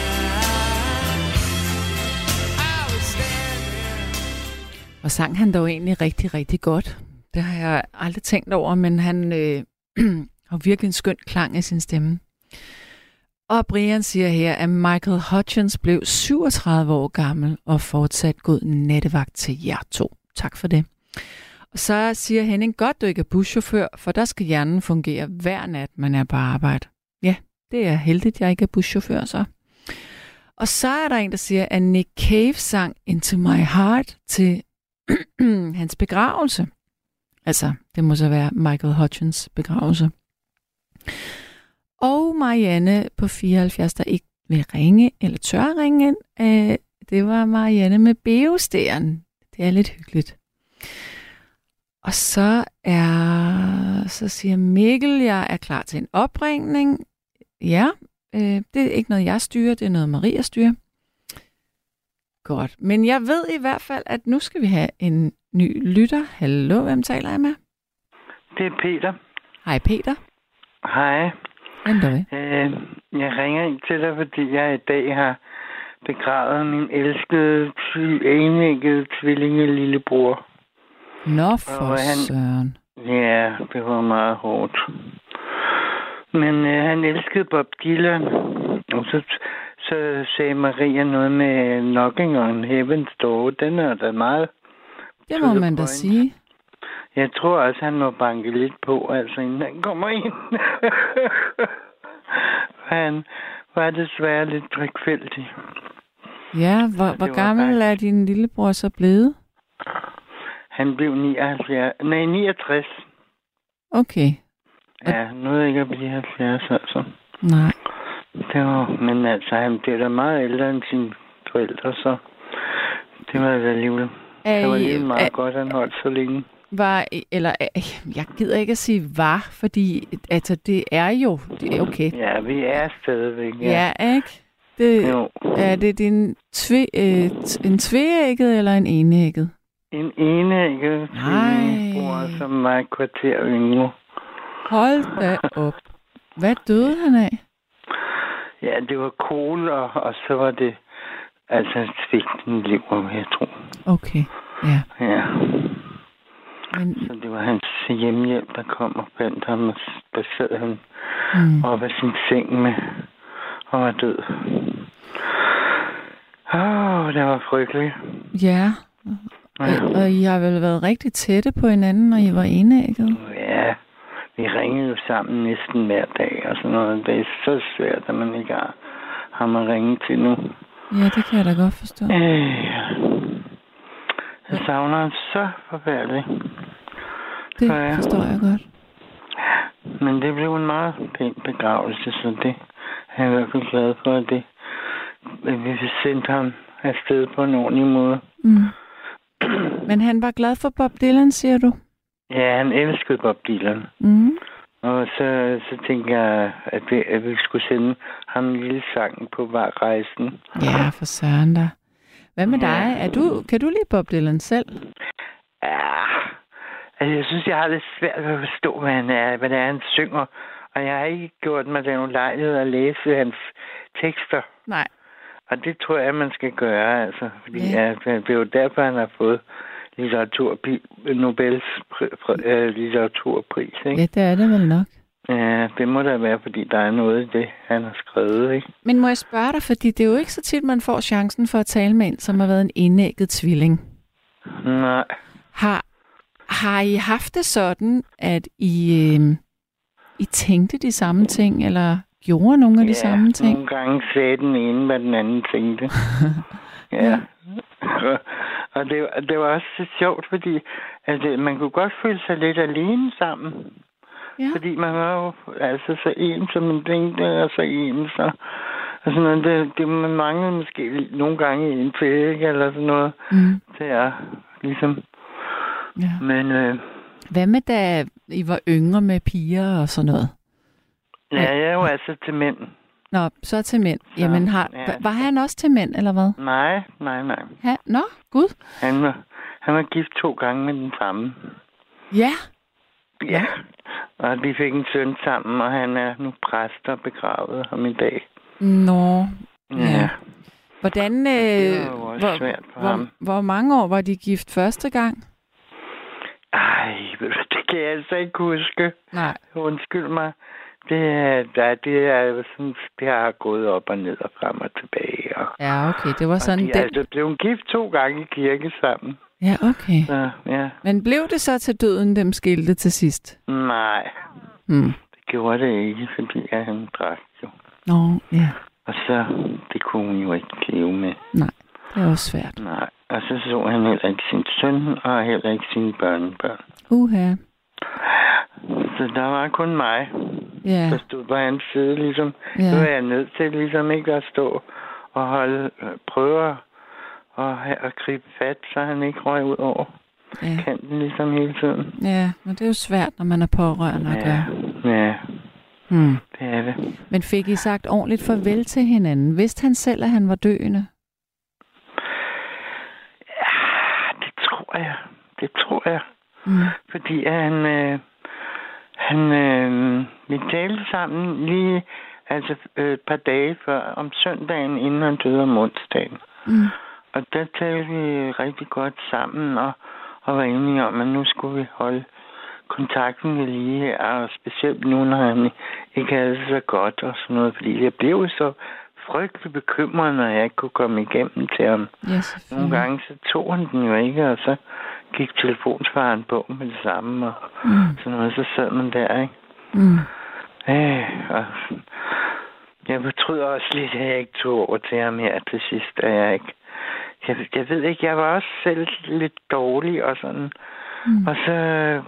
I was standing. Og sang han dog egentlig rigtig, rigtig godt. Det har jeg aldrig tænkt over, men han øh, har virkelig en skøn klang i sin stemme. Og Brian siger her, at Michael Hutchence blev syvogtredive år gammel og fortsat god nattevagt til jer to. Tak for det. Og så siger Henning, godt du ikke er buschauffør, for der skal hjernen fungere hver nat, man er på arbejde. Ja, det er heldigt, jeg ikke er buschauffør så. Og så er der en, der siger, at Nick Cave sang Into My Heart til hans begravelse. Altså, det må så være Michael Hutchence begravelse. Og Marianne på fireoghalvfjerds, der ikke vil ringe eller tør ringe ind, øh, det var Marianne med Beostæren. Det er lidt hyggeligt. Og så er, så siger Mikkel, jeg er klar til en opringning. Ja, øh, det er ikke noget, jeg styrer, det er noget, Maria styrer. Godt, men jeg ved i hvert fald, at nu skal vi have en ny lytter. Hallo, hvem taler jeg med? Det er Peter. Hej Peter. Hej. Hallo. Øh, jeg ringer ind til dig, fordi jeg i dag har begravet min elskede, enæggede tvillinge lillebror. Nå for han, søren. Ja, det var meget hårdt. Men øh, han elskede Bob Dylan. Og så, så sagde Maria noget med Knocking on Heaven's Door. Den er da meget... Det må man da sige. Jeg tror også, han må banke lidt på, altså inden han kommer ind. Han var desværre lidt drikfældig. Ja, hvor, hvor gammel faktisk... er din lillebror så blevet? Han blev nioghalvfjerds, nej, niogtres. Okay. Ja, nu er jeg ikke at blive halvfjerds, altså. Nej. Det var, men altså, han blev da meget ældre end sine forældre, så det var da alligevel. Det var lige meget er, godt, han holdt så længe. Var, eller, jeg gider ikke at sige var, fordi altså, det er jo, det er okay. Ja, vi er stadigvæk, ja. Ja, ikke? Det, jo. Er det din tve, øh, en tveægget eller en enægget? En enægget tvillingebror, som var et kvarter yngre. Hold da op. Hvad døde han af? Ja, det var kol, og, og så var det altså svigtende lever, vil jeg tro. Okay, ja. Ja. Men... Så det var hans hjemmehjælp, der kom og fandt ham, og der sad han mm. op af sin seng med, og var død. Åh, oh, det var frygteligt. Ja, og, og I har vel været rigtig tætte på hinanden, når I var enægget? Ja, vi ringede jo sammen næsten hver dag og sådan noget. Det er så svært, at man ikke har ham at ringe til nu. Ja, det kan jeg da godt forstå. Øh, ja. Jeg savner ham så forfærdeligt. Det jeg. forstår jeg godt. Men det blev en meget pæn begravelse, så det er jeg i hvert fald glad for, at det, vi fik sendt ham afsted på en ordentlig måde. Mm. Men han var glad for Bob Dylan, siger du? Ja, han elskede Bob Dylan. Mm. Og så, så tænkte jeg, at vi, at vi skulle sende ham en lille sang på rejsen. Ja, for søren da. Hvad med dig? Er du, kan du lide Bob Dylan selv? Ja, altså jeg synes, jeg har lidt svært ved at forstå, hvad, han er, hvad det er, han synger. Og jeg har ikke gjort mig den ulejlighed at læse hans tekster. Nej. Og det tror jeg, man skal gøre, altså. Fordi ja. Ja, det er jo derfor, han har fået litteratur, Nobels øh, litteraturpris, ikke? Ja, det er det vel nok. Ja, det må da være, fordi der er noget i det, han har skrevet, ikke? Men må jeg spørge dig, fordi det er jo ikke så tit, man får chancen for at tale med en, som har været en enægget tvilling. Nej. Har, har I haft det sådan, at I, øh, I tænkte de samme ting, eller gjorde nogle af de ja, samme ting? nogle gange sagde den ene, hvad den anden tænkte. ja. ja. Og det, det var også så sjovt, fordi altså, man kunne godt føle sig lidt alene sammen. Ja. Fordi man var jo altså så en, som man tænkte, og så en, så... Og sådan noget, det, det man manglede måske nogle gange en til, ikke? Eller sådan noget. Mm. Det er ligesom... Ja. Men... Øh, hvad med da I var yngre med piger og sådan noget? Ja, jeg er jo altså til mænd. Nå, så til mænd. Så, Jamen, har, ja. var han også til mænd, eller hvad? Nej, nej, nej. Ha? Nå, gud. Han var, han var gift to gange med den samme. Ja? Ja, og de fik en søn sammen, og han er nu præst og begravet ham i dag. Nå, ja. ja. Hvordan, øh, det var jo også hvor, svært for hvor, ham. Hvor mange år var de gift første gang? Ej, det kan jeg altså ikke huske. Nej. Undskyld mig. Det er, der, det er sådan, det har gået op og ned og frem og tilbage. Og, ja, okay, det var sådan... Og de er altså blevet gift to gange i kirke sammen. Ja, okay. Så, ja. Men blev det så til døden, dem skilte til sidst? Nej, hmm. det gjorde det ikke, fordi jeg han drak jo. Nå, ja. Og så, det kunne hun jo ikke leve med. Nej, det er også svært. Nej, og så så han heller ikke sin søn, og heller ikke sine børnebørn. Uha. Så der var kun mig, ja. der stod på hans side, ligesom. Ja. Nu er jeg nødt til, ligesom ikke at stå og holde, prøve og, og gribe fat, så han ikke røg ud over ja. kanten ligesom hele tiden. Ja, men det er jo svært, når man er pårørende at ja. gøre. Ja, hmm. det er det. Men fik I sagt ordentligt farvel til hinanden? Vidste han selv, at han var døende? Ja, det tror jeg. Det tror jeg. Mm. Fordi han... Øh, han øh, vi talte sammen lige altså øh, et par dage før, om søndagen, inden han døde om onsdagen. Mm. Og der talte vi rigtig godt sammen, og, og var enige om, at nu skulle vi holde kontakten ved lige her, og specielt nu, når han ikke havde det så godt og sådan noget, fordi jeg blev så frygtelig bekymret, når jeg ikke kunne komme igennem til ham. Yes, nogle gange så tog han den jo ikke, og så gik telefonsvaren på med det samme, og mm. sådan noget, så sad man der, ikke? Mm. Øh, og jeg fortryder også lidt, at jeg ikke tog over til ham her til sidst, at jeg ikke... Jeg, jeg ved ikke, jeg var også selv lidt dårlig og sådan. Mm. Og så...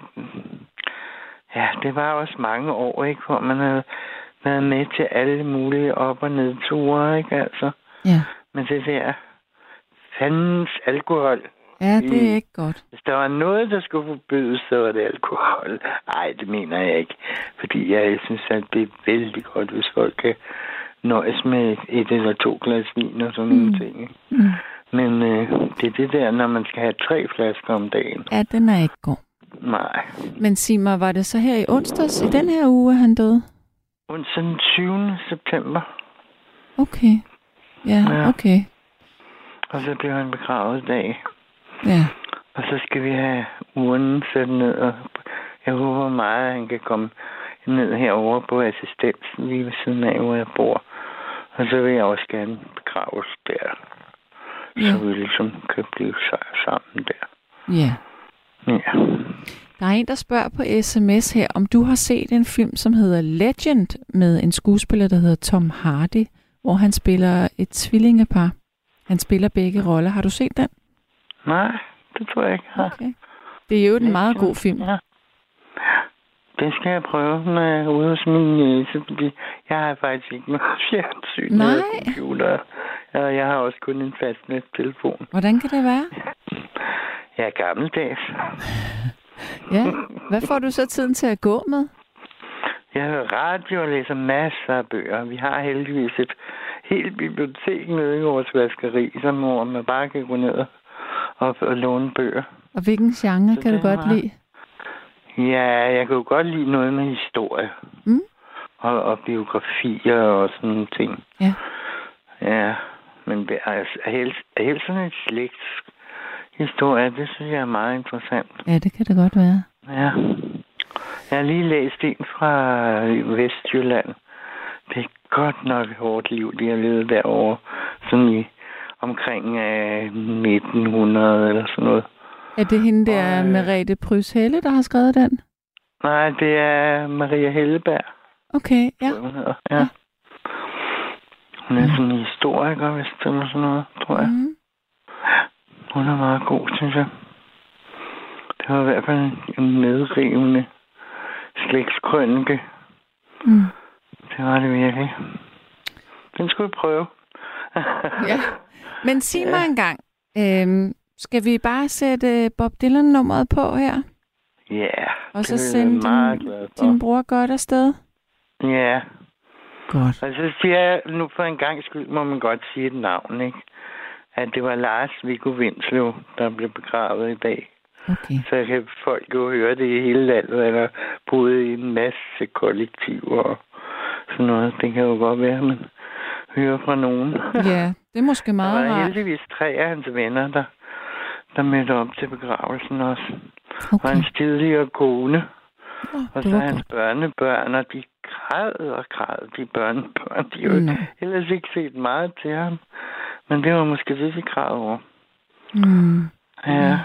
Ja, det var også mange år, ikke? Hvor man havde været med til alle mulige op- og nedture, ikke? Altså. Ja. Men det der fandens alkohol. Ja, det er ikke godt. Hvis der var noget, der skulle forbydes, så var det alkohol. Ej, det mener jeg ikke. Fordi jeg synes, at det er vældig godt, hvis folk kan nøjes med et eller to glas vin og sådan mm. nogle ting. Ikke? Mm. Men øh, det er det der, når man skal have tre flasker om dagen. Ja, den er ikke god. Nej. Men sig mig, var det så her i onsdags, i den her uge, han døde? Onsdag den tyvende september. Okay. Ja, ja, okay. Og så blev han begravet i dag. Ja. Og så skal vi have urnen sat ned, og jeg håber meget, at han kan komme ned herover på assistensen lige ved siden af, hvor jeg bor. Og så vil jeg også gerne begraves der. Ja. Så vi ligesom kan blive sammen der. Ja. Ja. Der er en, der spørger på sms her, om du har set en film, som hedder Legend, med en skuespiller, der hedder Tom Hardy, hvor han spiller et tvillingepar. Han spiller begge roller. Har du set den? Nej, det tror jeg ikke. Okay. Det er jo en meget god film. Ja. Det skal jeg prøve, når jeg er ude hos min næse, fordi jeg har faktisk ikke noget fjernsyn eller computer. Og jeg har også kun en fastnet-telefon. Hvordan kan det være? Jeg er gammeldags. Ja. Hvad får du så tiden til at gå med? Jeg hører radio og læser masser af bøger. Vi har heldigvis et helt bibliotek nede i vores vaskeri, som hvor man bare kan gå ned og, og låne bøger. Og hvilken genre så kan du godt var... lide? Ja, jeg kan jo godt lide noget med historie. Mm. Og, og biografier og sådan nogle ting. Ja. Ja, men altså, helt, helt sådan en slægtshistorie, det synes jeg er meget interessant. Ja, det kan det godt være. Ja. Jeg har lige læst en fra Vestjylland. Det er godt nok et hårdt liv, de har levet derovre. Sådan i omkring uh, nitten hundrede eller sådan noget. Er det hende der, og, Merete Pryds Helle, der har skrevet den? Nej, det er Maria Helleberg. Okay, ja. Ja. ja. Hun er sådan en historiker, hvis det er sådan noget, tror jeg. Mm. Hun er meget god, synes jeg. Det var i hvert fald en medrivende slægtskrønike. Mm. Det var det virkelig. Den skulle vi prøve. Ja. Men sig ja. mig engang, øhm, skal vi bare sætte Bob Dylan-nummeret på her? Ja, yeah, og så sende din, din bror godt afsted? Ja. Yeah. Godt. Og så siger jeg, nu for en gang skyld må man godt sige et navn, ikke? At det var Lars Viggo Windslev, der blev begravet i dag. Okay. Så kan folk jo høre det i hele landet, eller boede i en masse kollektiver og sådan noget. Det kan jo godt være, man hører fra nogen. Ja, det er måske meget rart. Der var heldigvis tre af hans venner, der, der mødte op til begravelsen også. Okay. Og hans tidligere kone. Oh, og så hans godt. børnebørn, og de græd og græd, de børnebørn. De har jo no. ellers ikke set meget til ham. Men det var måske det, de græd over. Mm. Ja.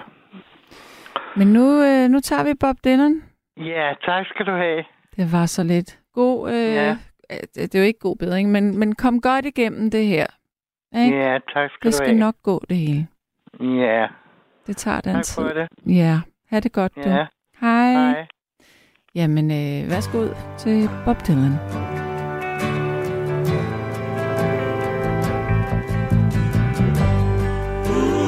Men nu, øh, nu tager vi Bob Dylan. Ja, tak skal du have. Det var så lidt. God, øh, ja. Det er jo ikke god bedring, men, men kom godt igennem det her. Ikke? Ja, tak skal det skal du have. nok gå, det hele. Ja. Det tager den tak tid. for det. Ja, ha' det godt, du. Ja. Hej. Hej. Jamen, øh, værsgo ud til Bob Dylan. Ooh.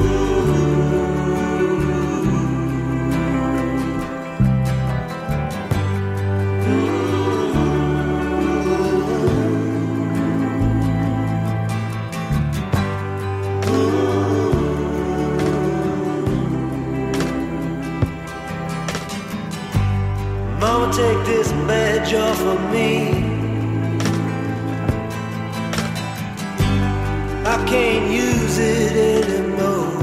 gonna take this badge off of me. I can't use it anymore.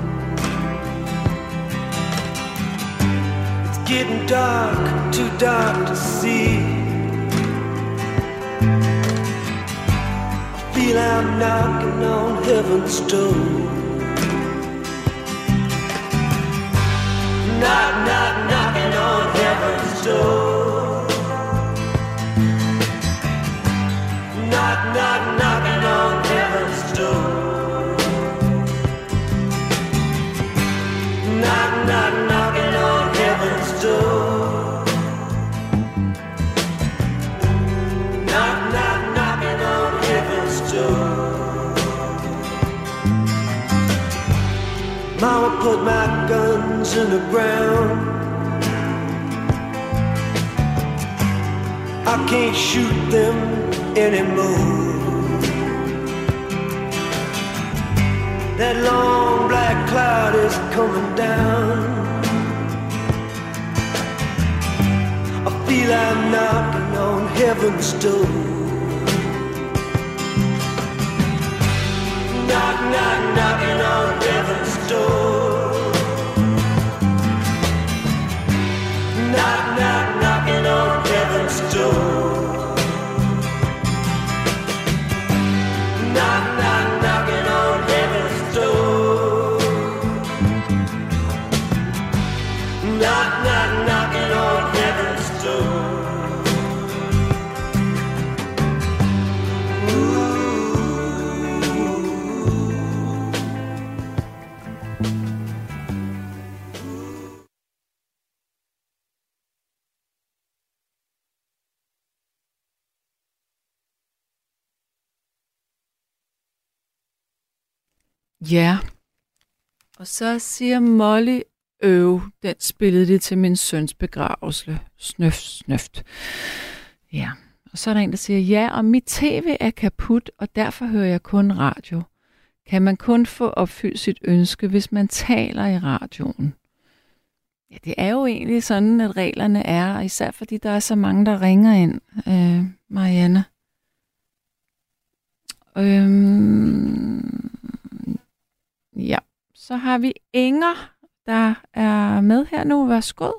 It's getting dark, too dark to see. I feel I'm knocking on heaven's door. Knock, knock, knocking on heaven's door. Knock, knock, knocking on heaven's door. Knock, knock, knocking on heaven's door. Knock, knock, knocking on heaven's door. Mama put my guns in the ground. I can't shoot them anymore. That long black cloud is coming down. I feel I'm knocking on heaven's door. Knock, knock, knocking on heaven's door. Knock, knock, knocking on heaven's door. Knock, knock, knocking on heaven's door. Knock, knock, knocking on heaven's door. Ja, og så siger Molly, øv, den spillede det til min søns begravelse. Snøft, snøft. Ja, og så er der en, der siger, ja, og mit tv er kaput, og derfor hører jeg kun radio. Kan man kun få opfyldt sit ønske, hvis man taler i radioen? Ja, det er jo egentlig sådan, at reglerne er, og især fordi der er så mange, der ringer ind, øh, Marianne. Øhm, ja, så har vi Inger, der er med her nu. Værsgo.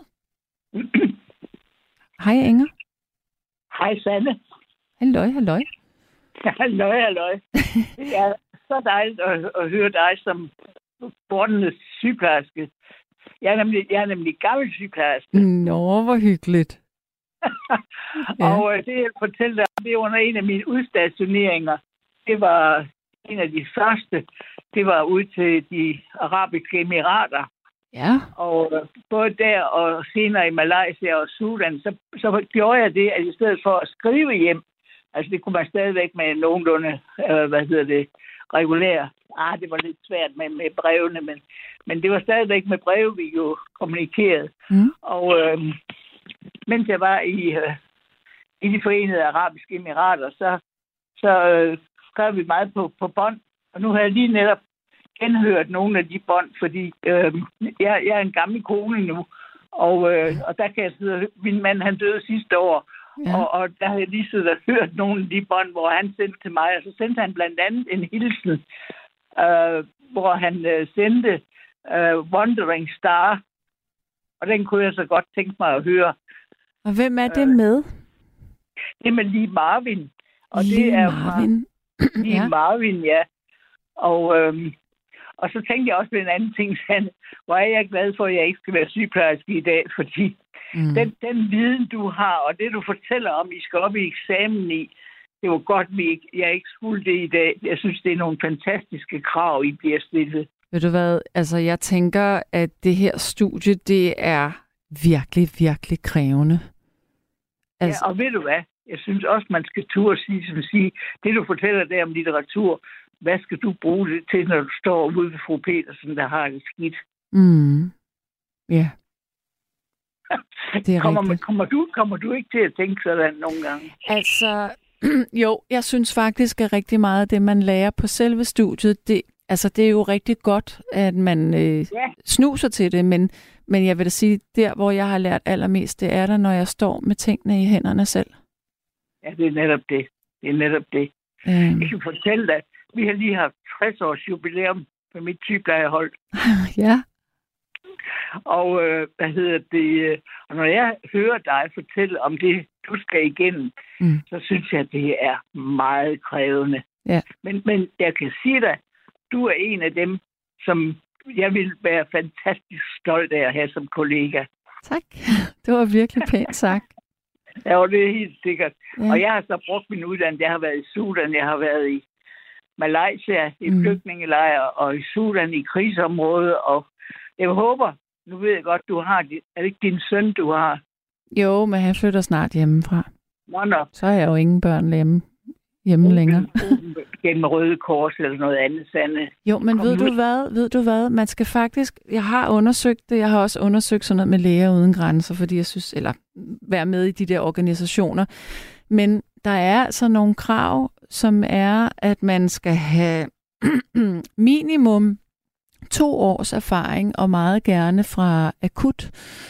Hej Inger. Hej Sanne. Halløj, halløj. Halløj, halløj. Det er så dejligt at, at høre dig som bordernes sygeplejerske. Jeg er nemlig, jeg er nemlig gammel sygeplejerske. Nå, hvor hyggeligt. Ja. Og det jeg fortæller dig, det er under en af mine udstationeringer. Det var en af de første. Det var ud til de arabiske emirater. Ja. Og både der og senere i Malaysia og Sudan, så, så gjorde jeg det, at i stedet for at skrive hjem, altså det kunne man stadigvæk med nogenlunde, øh, hvad hedder det, regulær. Ah, det var lidt svært med, med brevene, men, men det var stadigvæk med breve, vi jo kommunikerede. Mm. Og øh, mens jeg var i, øh, i de forenede arabiske emirater, så, så øh, skrev vi meget på, på bånd. Og nu har jeg lige netop genhørt nogle af de bånd, fordi øh, jeg, jeg er en gammel kone nu, og, øh, og der kan jeg sidde, min mand han døde sidste år, ja. og, og der har jeg lige siddet og hørt nogle af de bånd, hvor han sendte til mig, og så sendte han blandt andet en hilsen, øh, hvor han øh, sendte øh, Wandering Star, og den kunne jeg så godt tænke mig at høre. Og hvem er det med? Det er med Lee Marvin. Og Lee det er Marvin? Lee ja. Marvin, ja. Og, øhm, og så tænkte jeg også på en anden ting, Sanne. Hvor er jeg glad for, at jeg ikke skal være sygeplejerske i dag, fordi mm. den, den viden, du har, og det, du fortæller om, I skal op i eksamen i, det var godt, at jeg, jeg ikke skulle det i dag. Jeg synes, det er nogle fantastiske krav, I bliver stillet. Ved du hvad, altså jeg tænker, at det her studie, det er virkelig, virkelig krævende. Altså... Ja, og ved du hvad? Jeg synes også, man skal turde sige, som sige, det du fortæller der om litteratur, hvad skal du bruge det til, når du står ude ved fru Petersen, der har det skidt? Mm. Ja. Det er kommer, kommer, du, kommer du ikke til at tænke sådan nogle gange? Altså, jo, jeg synes faktisk, at rigtig meget af det, man lærer på selve studiet, det, Altså, det er jo rigtig godt, at man øh, Ja. snuser til det, men, men jeg vil da sige, der, hvor jeg har lært allermest, det er der, når jeg står med tingene i hænderne selv. Ja, det er netop det. Det er netop det. Øhm, Jeg kan fortælle dig, vi har lige haft tres års jubilæum på mit sygeplejehold. ja. Og øh, hvad hedder det? øh, Og når jeg hører dig fortælle om det, du skal igennem, Mm. så synes jeg, at det er meget krævende. Ja. Men, men jeg kan sige dig, du er en af dem, som jeg vil være fantastisk stolt af at have som kollega. Tak. Det var virkelig pænt sagt. Ja, det er helt sikkert. Ja. Og jeg har så brugt min uddannelse. Jeg har været i Sudan, jeg har været i Malaysia i Mm. flygtningelejre, og i Sudan i krigsområdet. Og jeg håber, nu ved jeg godt, du har, dit- er det ikke din søn, du har? Jo, men han flytter snart hjemmefra. Nå, nå. Så er jeg jo ingen børn hjemme, hjemme længere. Gennem Røde Kors eller noget andet, Sanne. Jo, men Kom ved nu. du hvad? Ved du hvad? Man skal faktisk... Jeg har undersøgt det. Jeg har også undersøgt sådan noget med Læger Uden Grænser, fordi jeg synes... Eller være med i de der organisationer. Men der er altså nogle krav, som er, at man skal have minimum to års erfaring, og meget gerne fra akut.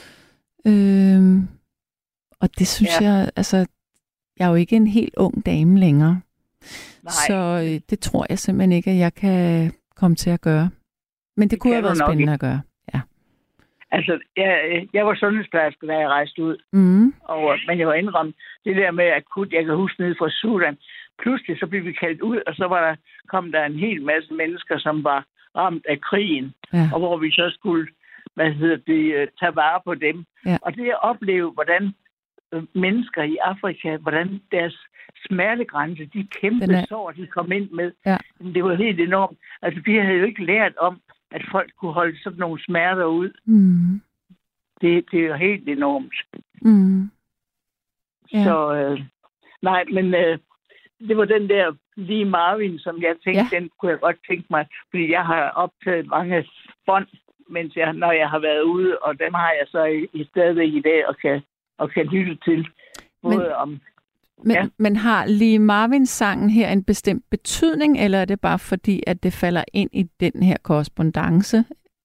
Øhm, og det synes Ja. jeg... Altså, jeg er jo ikke en helt ung dame længere. Nej. Så øh, det tror jeg simpelthen ikke, at jeg kan komme til at gøre. Men det, det kunne kan have været du nok spændende ikke. at gøre. Ja. Altså, jeg, jeg var sundhedsplejerske, da jeg rejste ud. Mm. Og, men jeg var indrømt, det der med akut, jeg kan huske nede fra Sudan, pludselig så blev vi kaldt ud, og så var der, kom der en hel masse mennesker, som var ramt af krigen, Ja. og hvor vi så skulle, hvad hedder det, øh, tage vare på dem. Ja. Og det at opleve, hvordan øh, mennesker i Afrika, hvordan deres smertegrænse, de kæmpe Den er- sår, de kom ind med, Ja. det var helt enormt. Altså, vi havde jo ikke lært om, at folk kunne holde sådan nogle smerter ud. Mm. Det, det er jo helt enormt. Mm. Ja. Så øh, nej, men øh, det var den der lige Marvin, som jeg tænkte, ja. Den kunne jeg godt tænke mig, fordi jeg har optaget mange bånd, mens jeg, når jeg har været ude, og dem har jeg så i, i stadigvæk i dag og kan, og kan lytte til. Både Men- om, Men, Ja. ja. men har Lee Marvin-sangen her en bestemt betydning, eller er det bare fordi, at det falder ind i den her korrespondance?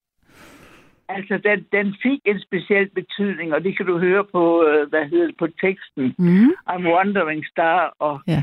altså, den, den fik en speciel betydning, og det kan du høre på, øh, hvad hedder det, på teksten. Mm. I'm Wandering Star, og Ja.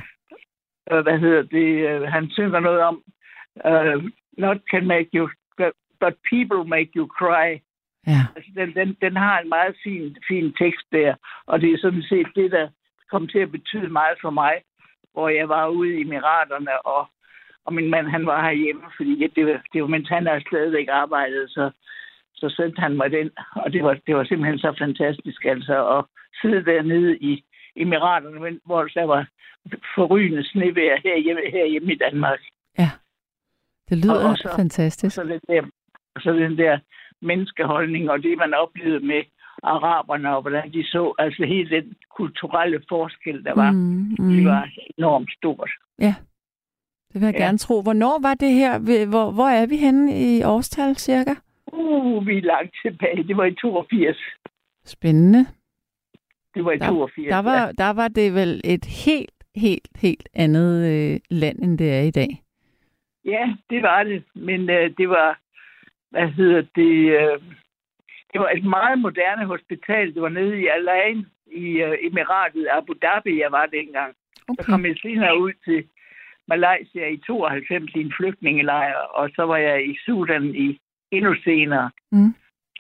øh, hvad hedder det, øh, han synger noget om, uh, not can make you, but people make you cry. Ja. Altså, den, den, den har en meget fin, fin tekst der, og det er sådan set det, der kom til at betyde meget for mig, hvor jeg var ude i Emiraterne, og, og min mand, han var herhjemme, fordi det var, det var mens han havde stadigvæk arbejdet, så, så sendte han mig den, og det var, det var simpelthen så fantastisk, altså, at sidde dernede i Emiraterne, men, hvor der var forrygende snevejr herhjemme, herhjemme i Danmark. Ja. Det lyder Og- og så- fantastisk. Så den der, så den der menneskeholdning, og det, man oplevede med araberne, og hvordan de så, altså hele den kulturelle forskel, der var, Mm, det mm. var enormt stort. Ja, det vil jeg Ja. gerne tro. Hvornår var det her? Ved- Hvor, hvor er vi henne i årstal cirka? Uh, vi er langt tilbage. Det var i toogfirs. Spændende. Det var i Der, toogfirs. der, var, der var det vel et helt, helt, helt andet øh, land, end det er i dag. Ja, det var det. Men øh, det var, hvad hedder det, øh, det var et meget moderne hospital. Det var nede i Al Ain i øh, Emiratet Abu Dhabi, jeg var dengang. Okay. Så kom jeg senere ud til Malaysia i tooghalvfems i en flygtningelejr, og så var jeg i Sudan i endnu senere. Mm.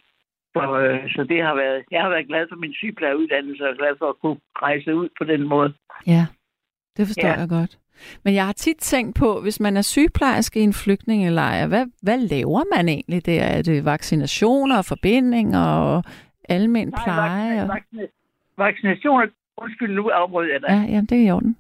Så, øh, så det har været, jeg har været glad for min sygeplejereuddannelse, og glad for at kunne rejse ud på den måde. Ja, det forstår Ja. jeg godt. Men jeg har tit tænkt på, hvis man er sygeplejerske i en flygtningelejr, hvad, hvad laver man egentlig der? Er det vaccinationer og forbindinger og almen pleje? Nej, Og... vaccina- vaccinationer, undskyld, nu afbrød jeg dig. Ja, jamen, det er i orden.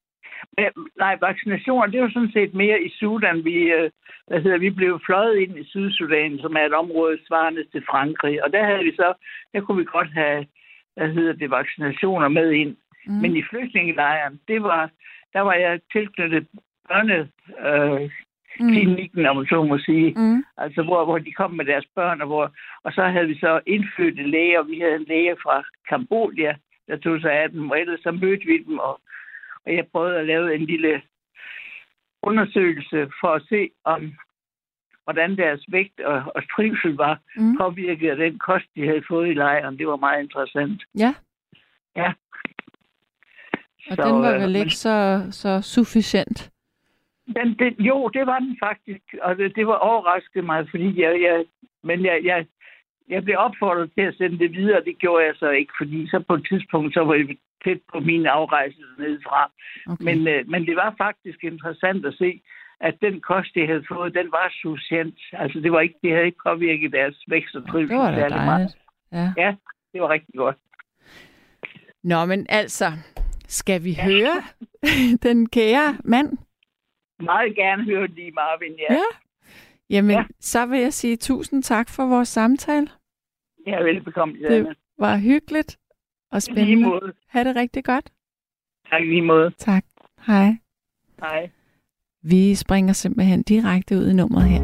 Men, nej, vaccinationer, det var sådan set mere i Sudan. Vi, øh, hvad hedder, vi blev fløjet ind i Sydsudan, som er et område svarende til Frankrig. Og der havde vi så, der kunne vi godt have, hvad hedder det, vaccinationer med ind. Mm. Men i flygtningelejren, det var, der var jeg tilknyttet børne, øh, Mm. klinikken, om man så må sige. Mm. Altså, hvor, hvor de kom med deres børn, og, hvor, og så havde vi så indfødte læger. Vi havde en læge fra Kambodja, der tog sig af dem, og ellers så mødte vi dem, og, og jeg prøvede at lave en lille undersøgelse for at se, om hvordan deres vægt og, og trivsel var mm. påvirket af den kost, de havde fået i lejren. Det var meget interessant. Ja. Ja. Og så, den var vel ikke så, så sufficient? Den, det, jo, det var den faktisk. Og det, det var overrasket mig, fordi jeg, jeg, men jeg, jeg, jeg blev opfordret til at sende det videre, og det gjorde jeg så ikke, fordi så på et tidspunkt, så var jeg tæt på min afrejse nedefra. Okay. Men, øh, men det var faktisk interessant at se, at den kost, de havde fået, den var suficient. Altså, det var ikke, det havde ikke påvirket deres vækst og trivsel. Det var da dejligt. Ja. ja, det var rigtig godt. Nå, men altså, skal vi ja. høre den kære mand? Meget gerne høre lige, Marvin, ja. ja. Jamen, ja. så vil jeg sige tusind tak for vores samtale. Ja, velbekomme. Det var hyggeligt og spændende. Ha' det rigtig godt. Tak lige måde. Tak. Hej. Hej. Vi springer simpelthen direkte ud i nummeret her.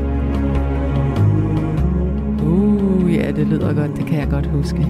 Uh, ja, det lyder godt. Det kan jeg godt huske.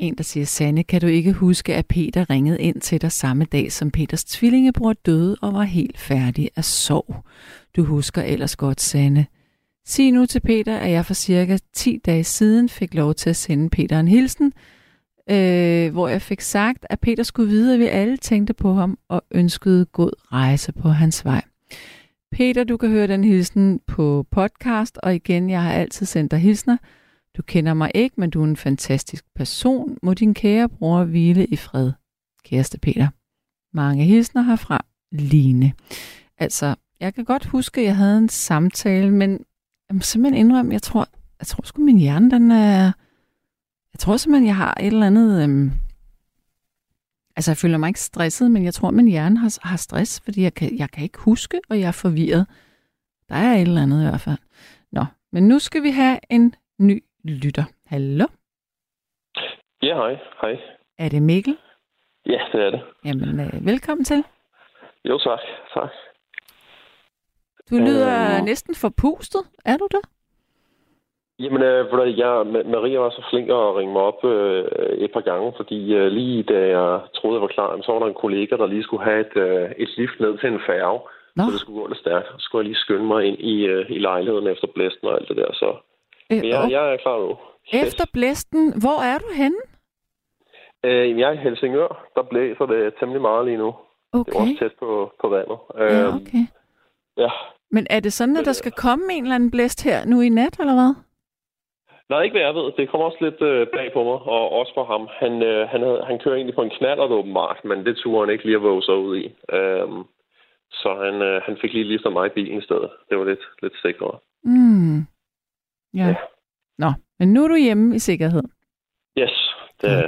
en, der siger, Sanne, kan du ikke huske, at Peter ringede ind til dig samme dag, som Peters tvillingebror døde og var helt færdig af sorg? Du husker ellers godt, Sanne. Sig nu til Peter, at jeg for cirka ti dage siden fik lov til at sende Peter en hilsen, øh, hvor jeg fik sagt, at Peter skulle vide, at vi alle tænkte på ham og ønskede god rejse på hans vej. Peter, du kan høre den hilsen på podcast, og igen, jeg har altid sendt dig hilsner. Du kender mig ikke, men du er en fantastisk person. Må din kære bror hvile i fred, kæreste Peter. Mange hilsner herfra, Line. Altså, jeg kan godt huske, at jeg havde en samtale, men jeg må simpelthen indrømme, jeg tror, jeg tror sgu min hjerne, den er... Jeg tror simpelthen, jeg har et eller andet... Øhm... Altså, jeg føler mig ikke stresset, men jeg tror, min hjerne har, har stress, fordi jeg kan, jeg kan ikke huske, og jeg er forvirret. Der er et eller andet i hvert fald. Nå, men nu skal vi have en ny lytter. Hallo? Ja, hej. Hej. Er det Mikkel? Ja, det er det. Jamen, øh, velkommen til. Jo, tak. Tak. Du lyder øh, næsten forpustet. Er du der? Jamen, øh, jeg, Maria var så flink at ringe mig op øh, et par gange, fordi øh, lige da jeg troede, jeg var klar, så var der en kollega, der lige skulle have et, øh, et lift ned til en færge. Nå. Så det skulle gå lidt stærkt. Så skulle jeg lige skynde mig ind i, øh, i lejligheden efter blæsten og alt det der. Så øh, jeg, jeg er klar nu. Efter blæsten, hvor er du henne? Øh, jeg er i Helsingør. Der blæser det temmelig meget lige nu. Okay. Det er også tæt på, på vandet. Ja, okay. Øh, ja. Men er det sådan, at der skal komme en eller anden blæst her nu i nat, eller hvad? Nej, ikke hvad jeg ved. Det kommer også lidt øh, bag på mig, og også for ham. Han, øh, han, havde, han kører egentlig på en knallert åbenbart, men det turde han ikke lige at våge sig ud i. Øhm, så han, øh, han fik lige liftet mig i bilen i stedet. Det var lidt, lidt sikrere. Mm. Ja. ja. Nå, men nu er du hjemme i sikkerhed. Yes, det er.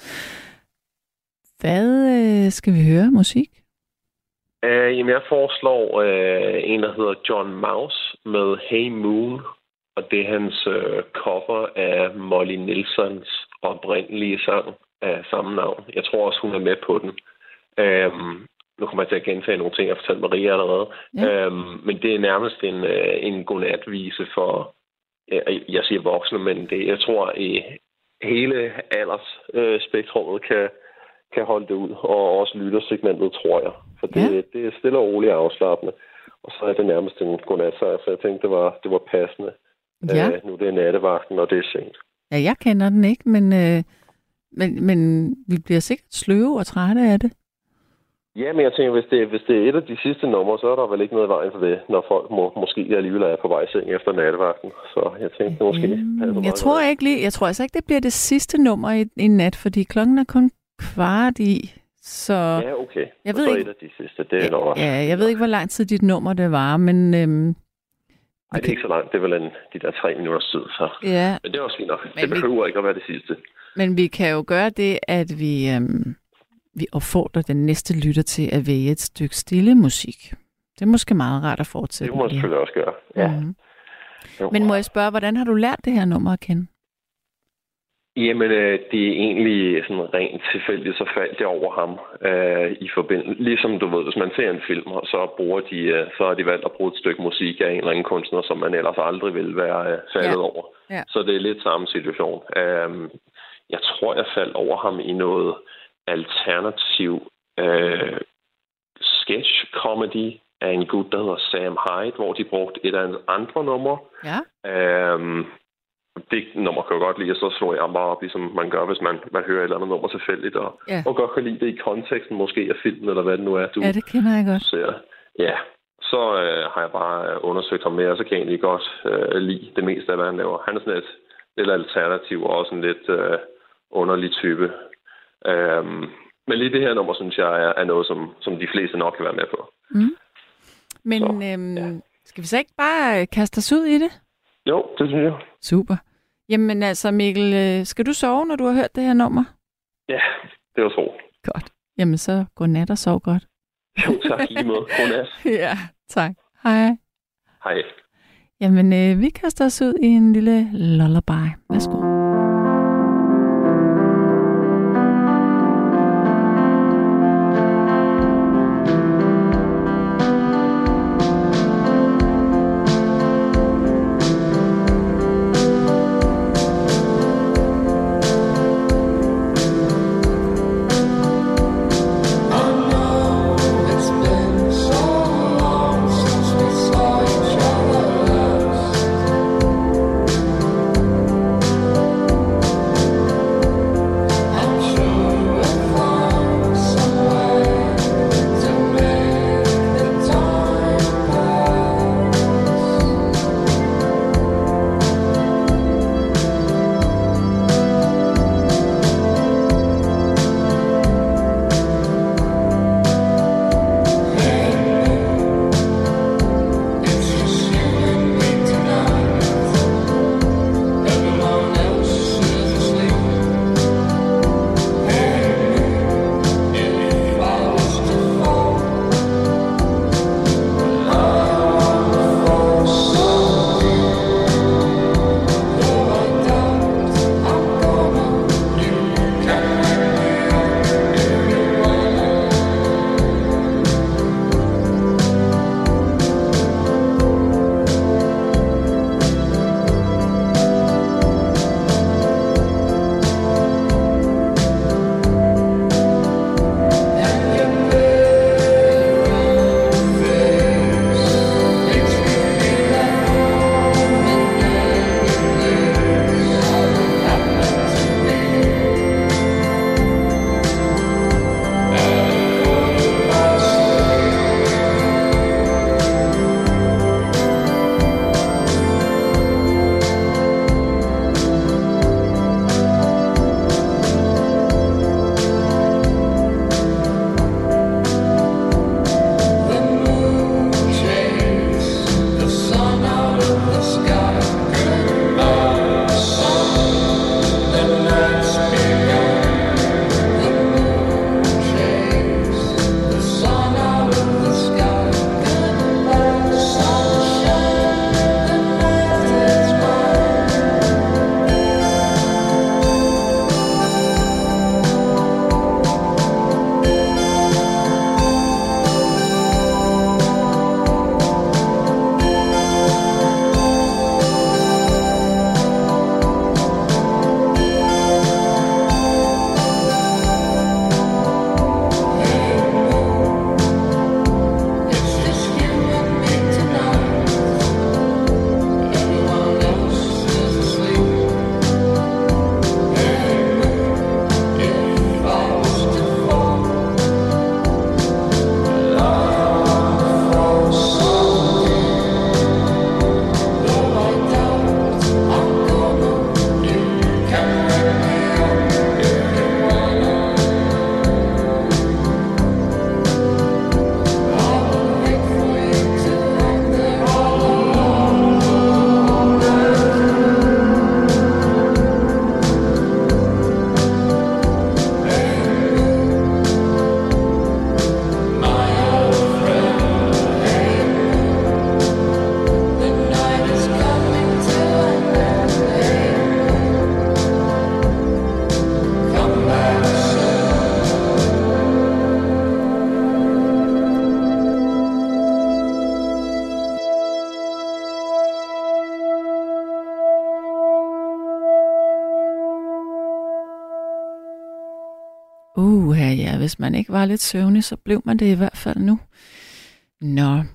Hvad øh, skal vi høre musik? Uh, jamen, jeg foreslår uh, en, der hedder John Mouse med Hey Moon. Og det er hans øh, cover af Molly Nielsons oprindelige sang af samme navn. Jeg tror også, hun er med på den. Øhm, nu kommer jeg til at gentage nogle ting, jeg har fortalt Maria allerede. Ja. Øhm, men det er nærmest en, øh, en godnatvise for, øh, jeg siger voksne, men det, jeg tror, i hele aldersspektrummet øh, kan, kan holde det ud. Og også lyttersegmentet, tror jeg. For det, ja. det er stille og roligt afslappende. Og så er det nærmest en godnatsang, så jeg tænkte, det var, det var passende. Ja. Uh, nu det er nattevagten, og det er sent. Ja, jeg kender den ikke, men, øh, men, men vi bliver sikkert sløve og trætte af det. Ja, men jeg tænker, hvis det, hvis det er et af de sidste numre, så er der vel ikke noget i vejen for det, når folk må, måske alligevel er på vej seng efter nattevagten. Så jeg tænkte måske... Mm, jeg tror ikke lige, jeg tror altså ikke, det bliver det sidste nummer i, i nat, fordi klokken er kun kvart i. Så ja, okay. Jeg og ved så ikke, et af de sidste, det er nok også. Ja, jeg ved ikke, hvor lang tid dit nummer det var, men... Øhm, Nej, det er ikke så langt. Det er vel en, de der tre minutters tid. Så. Ja. Men det er også fint nok. Det behøver vi, ikke at være det sidste. Men vi kan jo gøre det, at vi, øhm, vi opfordrer den næste lytter til at vælge et stykke stille musik. Det er måske meget rart at fortsætte. Det må man selvfølgelig også gøre. Ja. Mm-hmm. Men må jeg spørge, hvordan har du lært det her nummer at kende? Jamen, øh, det er egentlig sådan rent tilfældigt, så faldt jeg over ham øh, i forbindelse. Ligesom du ved, hvis man ser en film, og så bruger de, øh, så har de valgt at bruge et stykke musik af en eller anden kunstner, som man ellers aldrig ville være øh, faldet ja. over. Ja. Så det er lidt samme situation. Øh, jeg tror, jeg faldt over ham i noget alternativ øh, sketch-comedy af en gut, der hedder Sam Hyde, hvor de brugte et af hans andre numre. Ja. Øh, Det nummer kan jeg godt lide, og så slår jeg bare op, ligesom man gør, hvis man, man hører et eller andet nummer tilfældigt, og, ja. og godt kan lide det i konteksten måske af filmen, eller hvad det nu er, du ja, det kender jeg godt. ser. Ja, så øh, har jeg bare undersøgt ham mere, og så kan jeg egentlig godt øh, lide det meste af, hvad han laver. Han er sådan et lidt alternativ, og også en lidt øh, underlig type. Øhm, men lige det her nummer, synes jeg, er, er noget, som, som de fleste nok kan være med på. Mm. Men så, øhm, ja. skal vi så ikke bare kaste os ud i det? Jo, det synes jeg. Super. Jamen altså, Mikkel, skal du sove, når du har hørt det her nummer? Ja, det var så. Godt. Jamen så, godnat og sov godt. Jo, tak lige måde. Godnat. Ja, tak. Hej. Hej. Jamen, øh, vi kaster os ud i en lille lullaby. Værsgo. ja, hvis man ikke var lidt søvnig, så blev man det i hvert fald nu. Nå.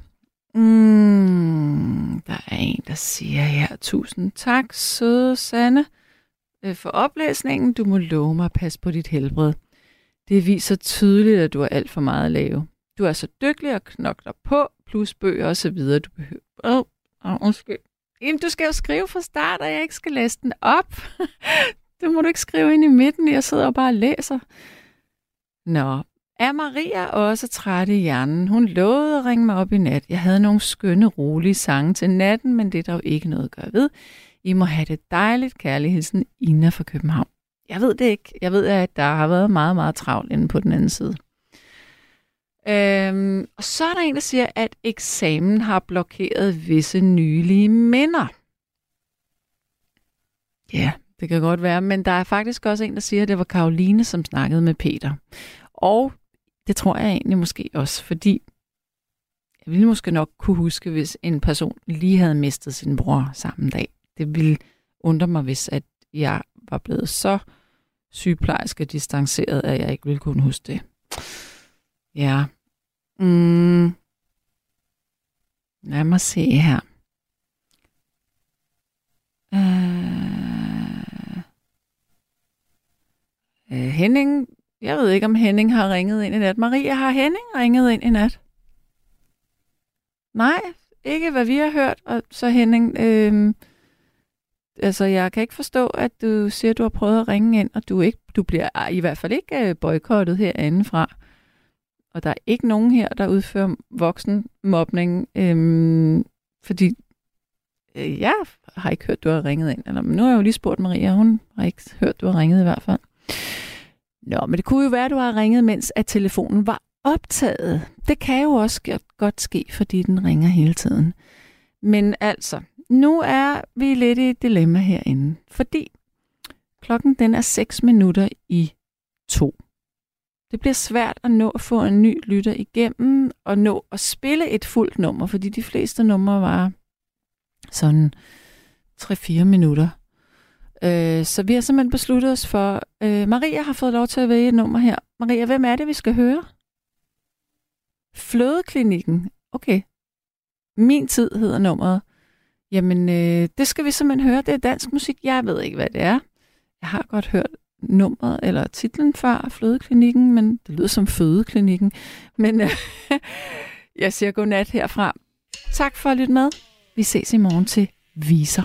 Mm, der er en, der siger her, tusind tak, søde Sanne, for oplæsningen. Du må love mig at passe på dit helbred. Det viser tydeligt, at du har alt for meget at lave. Du er så dygtig og knokler på, plus bøger og så videre. Du behøver... Åh, oh, undskyld. Jamen, du skal jo skrive fra start, og jeg ikke skal læse den op. Det må du ikke skrive ind i midten, jeg sidder og bare læser. Nå, er Maria også træt i hjernen? Hun lovede at ringe mig op i nat. Jeg havde nogle skønne, rolige sange til natten, men det er der jo ikke noget at gøre ved. I må have det dejligt. Kærlig hilsen, Ina fra København. Jeg ved det ikke. Jeg ved, at der har været meget, meget travlt inde på den anden side. Øhm, og så er der en, der siger, at eksamen har blokeret visse nylige minder. Ja, det kan godt være, men der er faktisk også en, der siger, at det var Karoline, som snakkede med Peter. Og det tror jeg egentlig måske også, fordi jeg ville måske nok kunne huske, hvis en person lige havde mistet sin bror samme dag. Det ville undre mig, hvis at jeg var blevet så sygeplejerske distanceret, at jeg ikke ville kunne huske det. Ja. Mm. Lad mig se her. Uh. Uh, Henning, jeg ved ikke, om Henning har ringet ind i nat. Maria, har Henning ringet ind i nat? Nej, ikke hvad vi har hørt. Og så Henning, øh, altså jeg kan ikke forstå, at du siger, at du har prøvet at ringe ind, og du ikke, du bliver i hvert fald ikke boykottet herindefra. Og der er ikke nogen her, der udfører voksenmobning, øh, fordi øh, jeg har ikke hørt, du har ringet ind. Eller, men nu har jeg jo lige spurgt Maria, hun har ikke hørt, du har ringet i hvert fald. Nå, men det kunne jo være, at du har ringet, mens at telefonen var optaget. Det kan jo også godt ske, fordi den ringer hele tiden. Men altså, nu er vi lidt i et dilemma herinde, fordi klokken den er seks minutter i to. Det bliver svært at nå at få en ny lytter igennem og nå at spille et fuldt nummer, fordi de fleste numre var sådan tre fire minutter. Øh, så vi har simpelthen besluttet os for, øh, Maria har fået lov til at vælge et nummer her. Maria, hvem er det, vi skal høre? Flødeklinikken. Okay. Min tid hedder nummeret. Jamen, øh, det skal vi simpelthen høre. Det er dansk musik. Jeg ved ikke, hvad det er. Jeg har godt hørt nummeret eller titlen før, Flødeklinikken, men det lyder som Fødeklinikken. Men øh, jeg siger godnat herfra. Tak for at lytte med. Vi ses i morgen til Viser.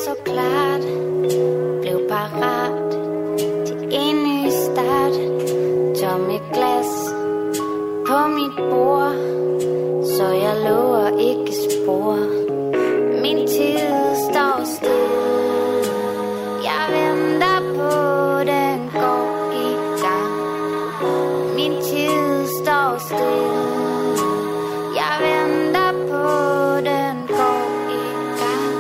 så klart, blev parat til en ny start. Tomme glas på mit bord, så jeg lover ikke spor. Min tid står stille, jeg venter på den går i gang. Min tid står stille, jeg venter på den går i gang.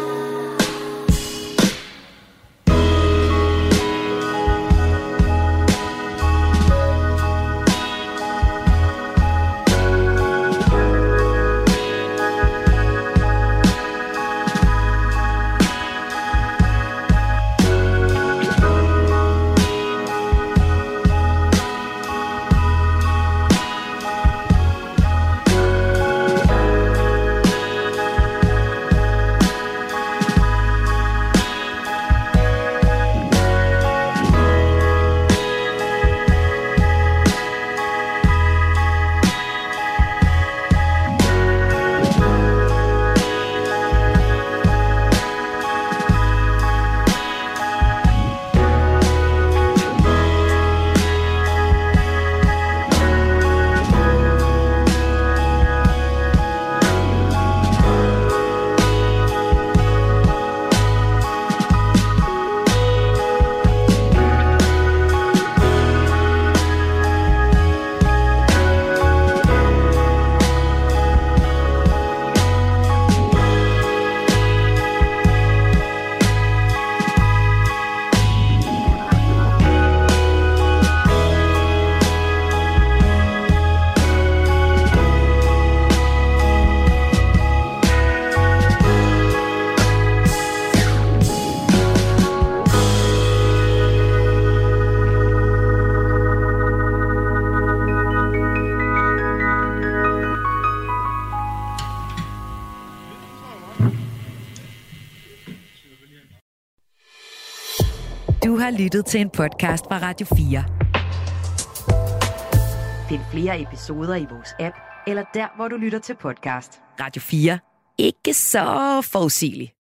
Du har lyttet til en podcast fra Radio fire. Find flere episoder i vores app, eller der, hvor du lytter til podcast. Radio fire. Ikke så forudsigeligt.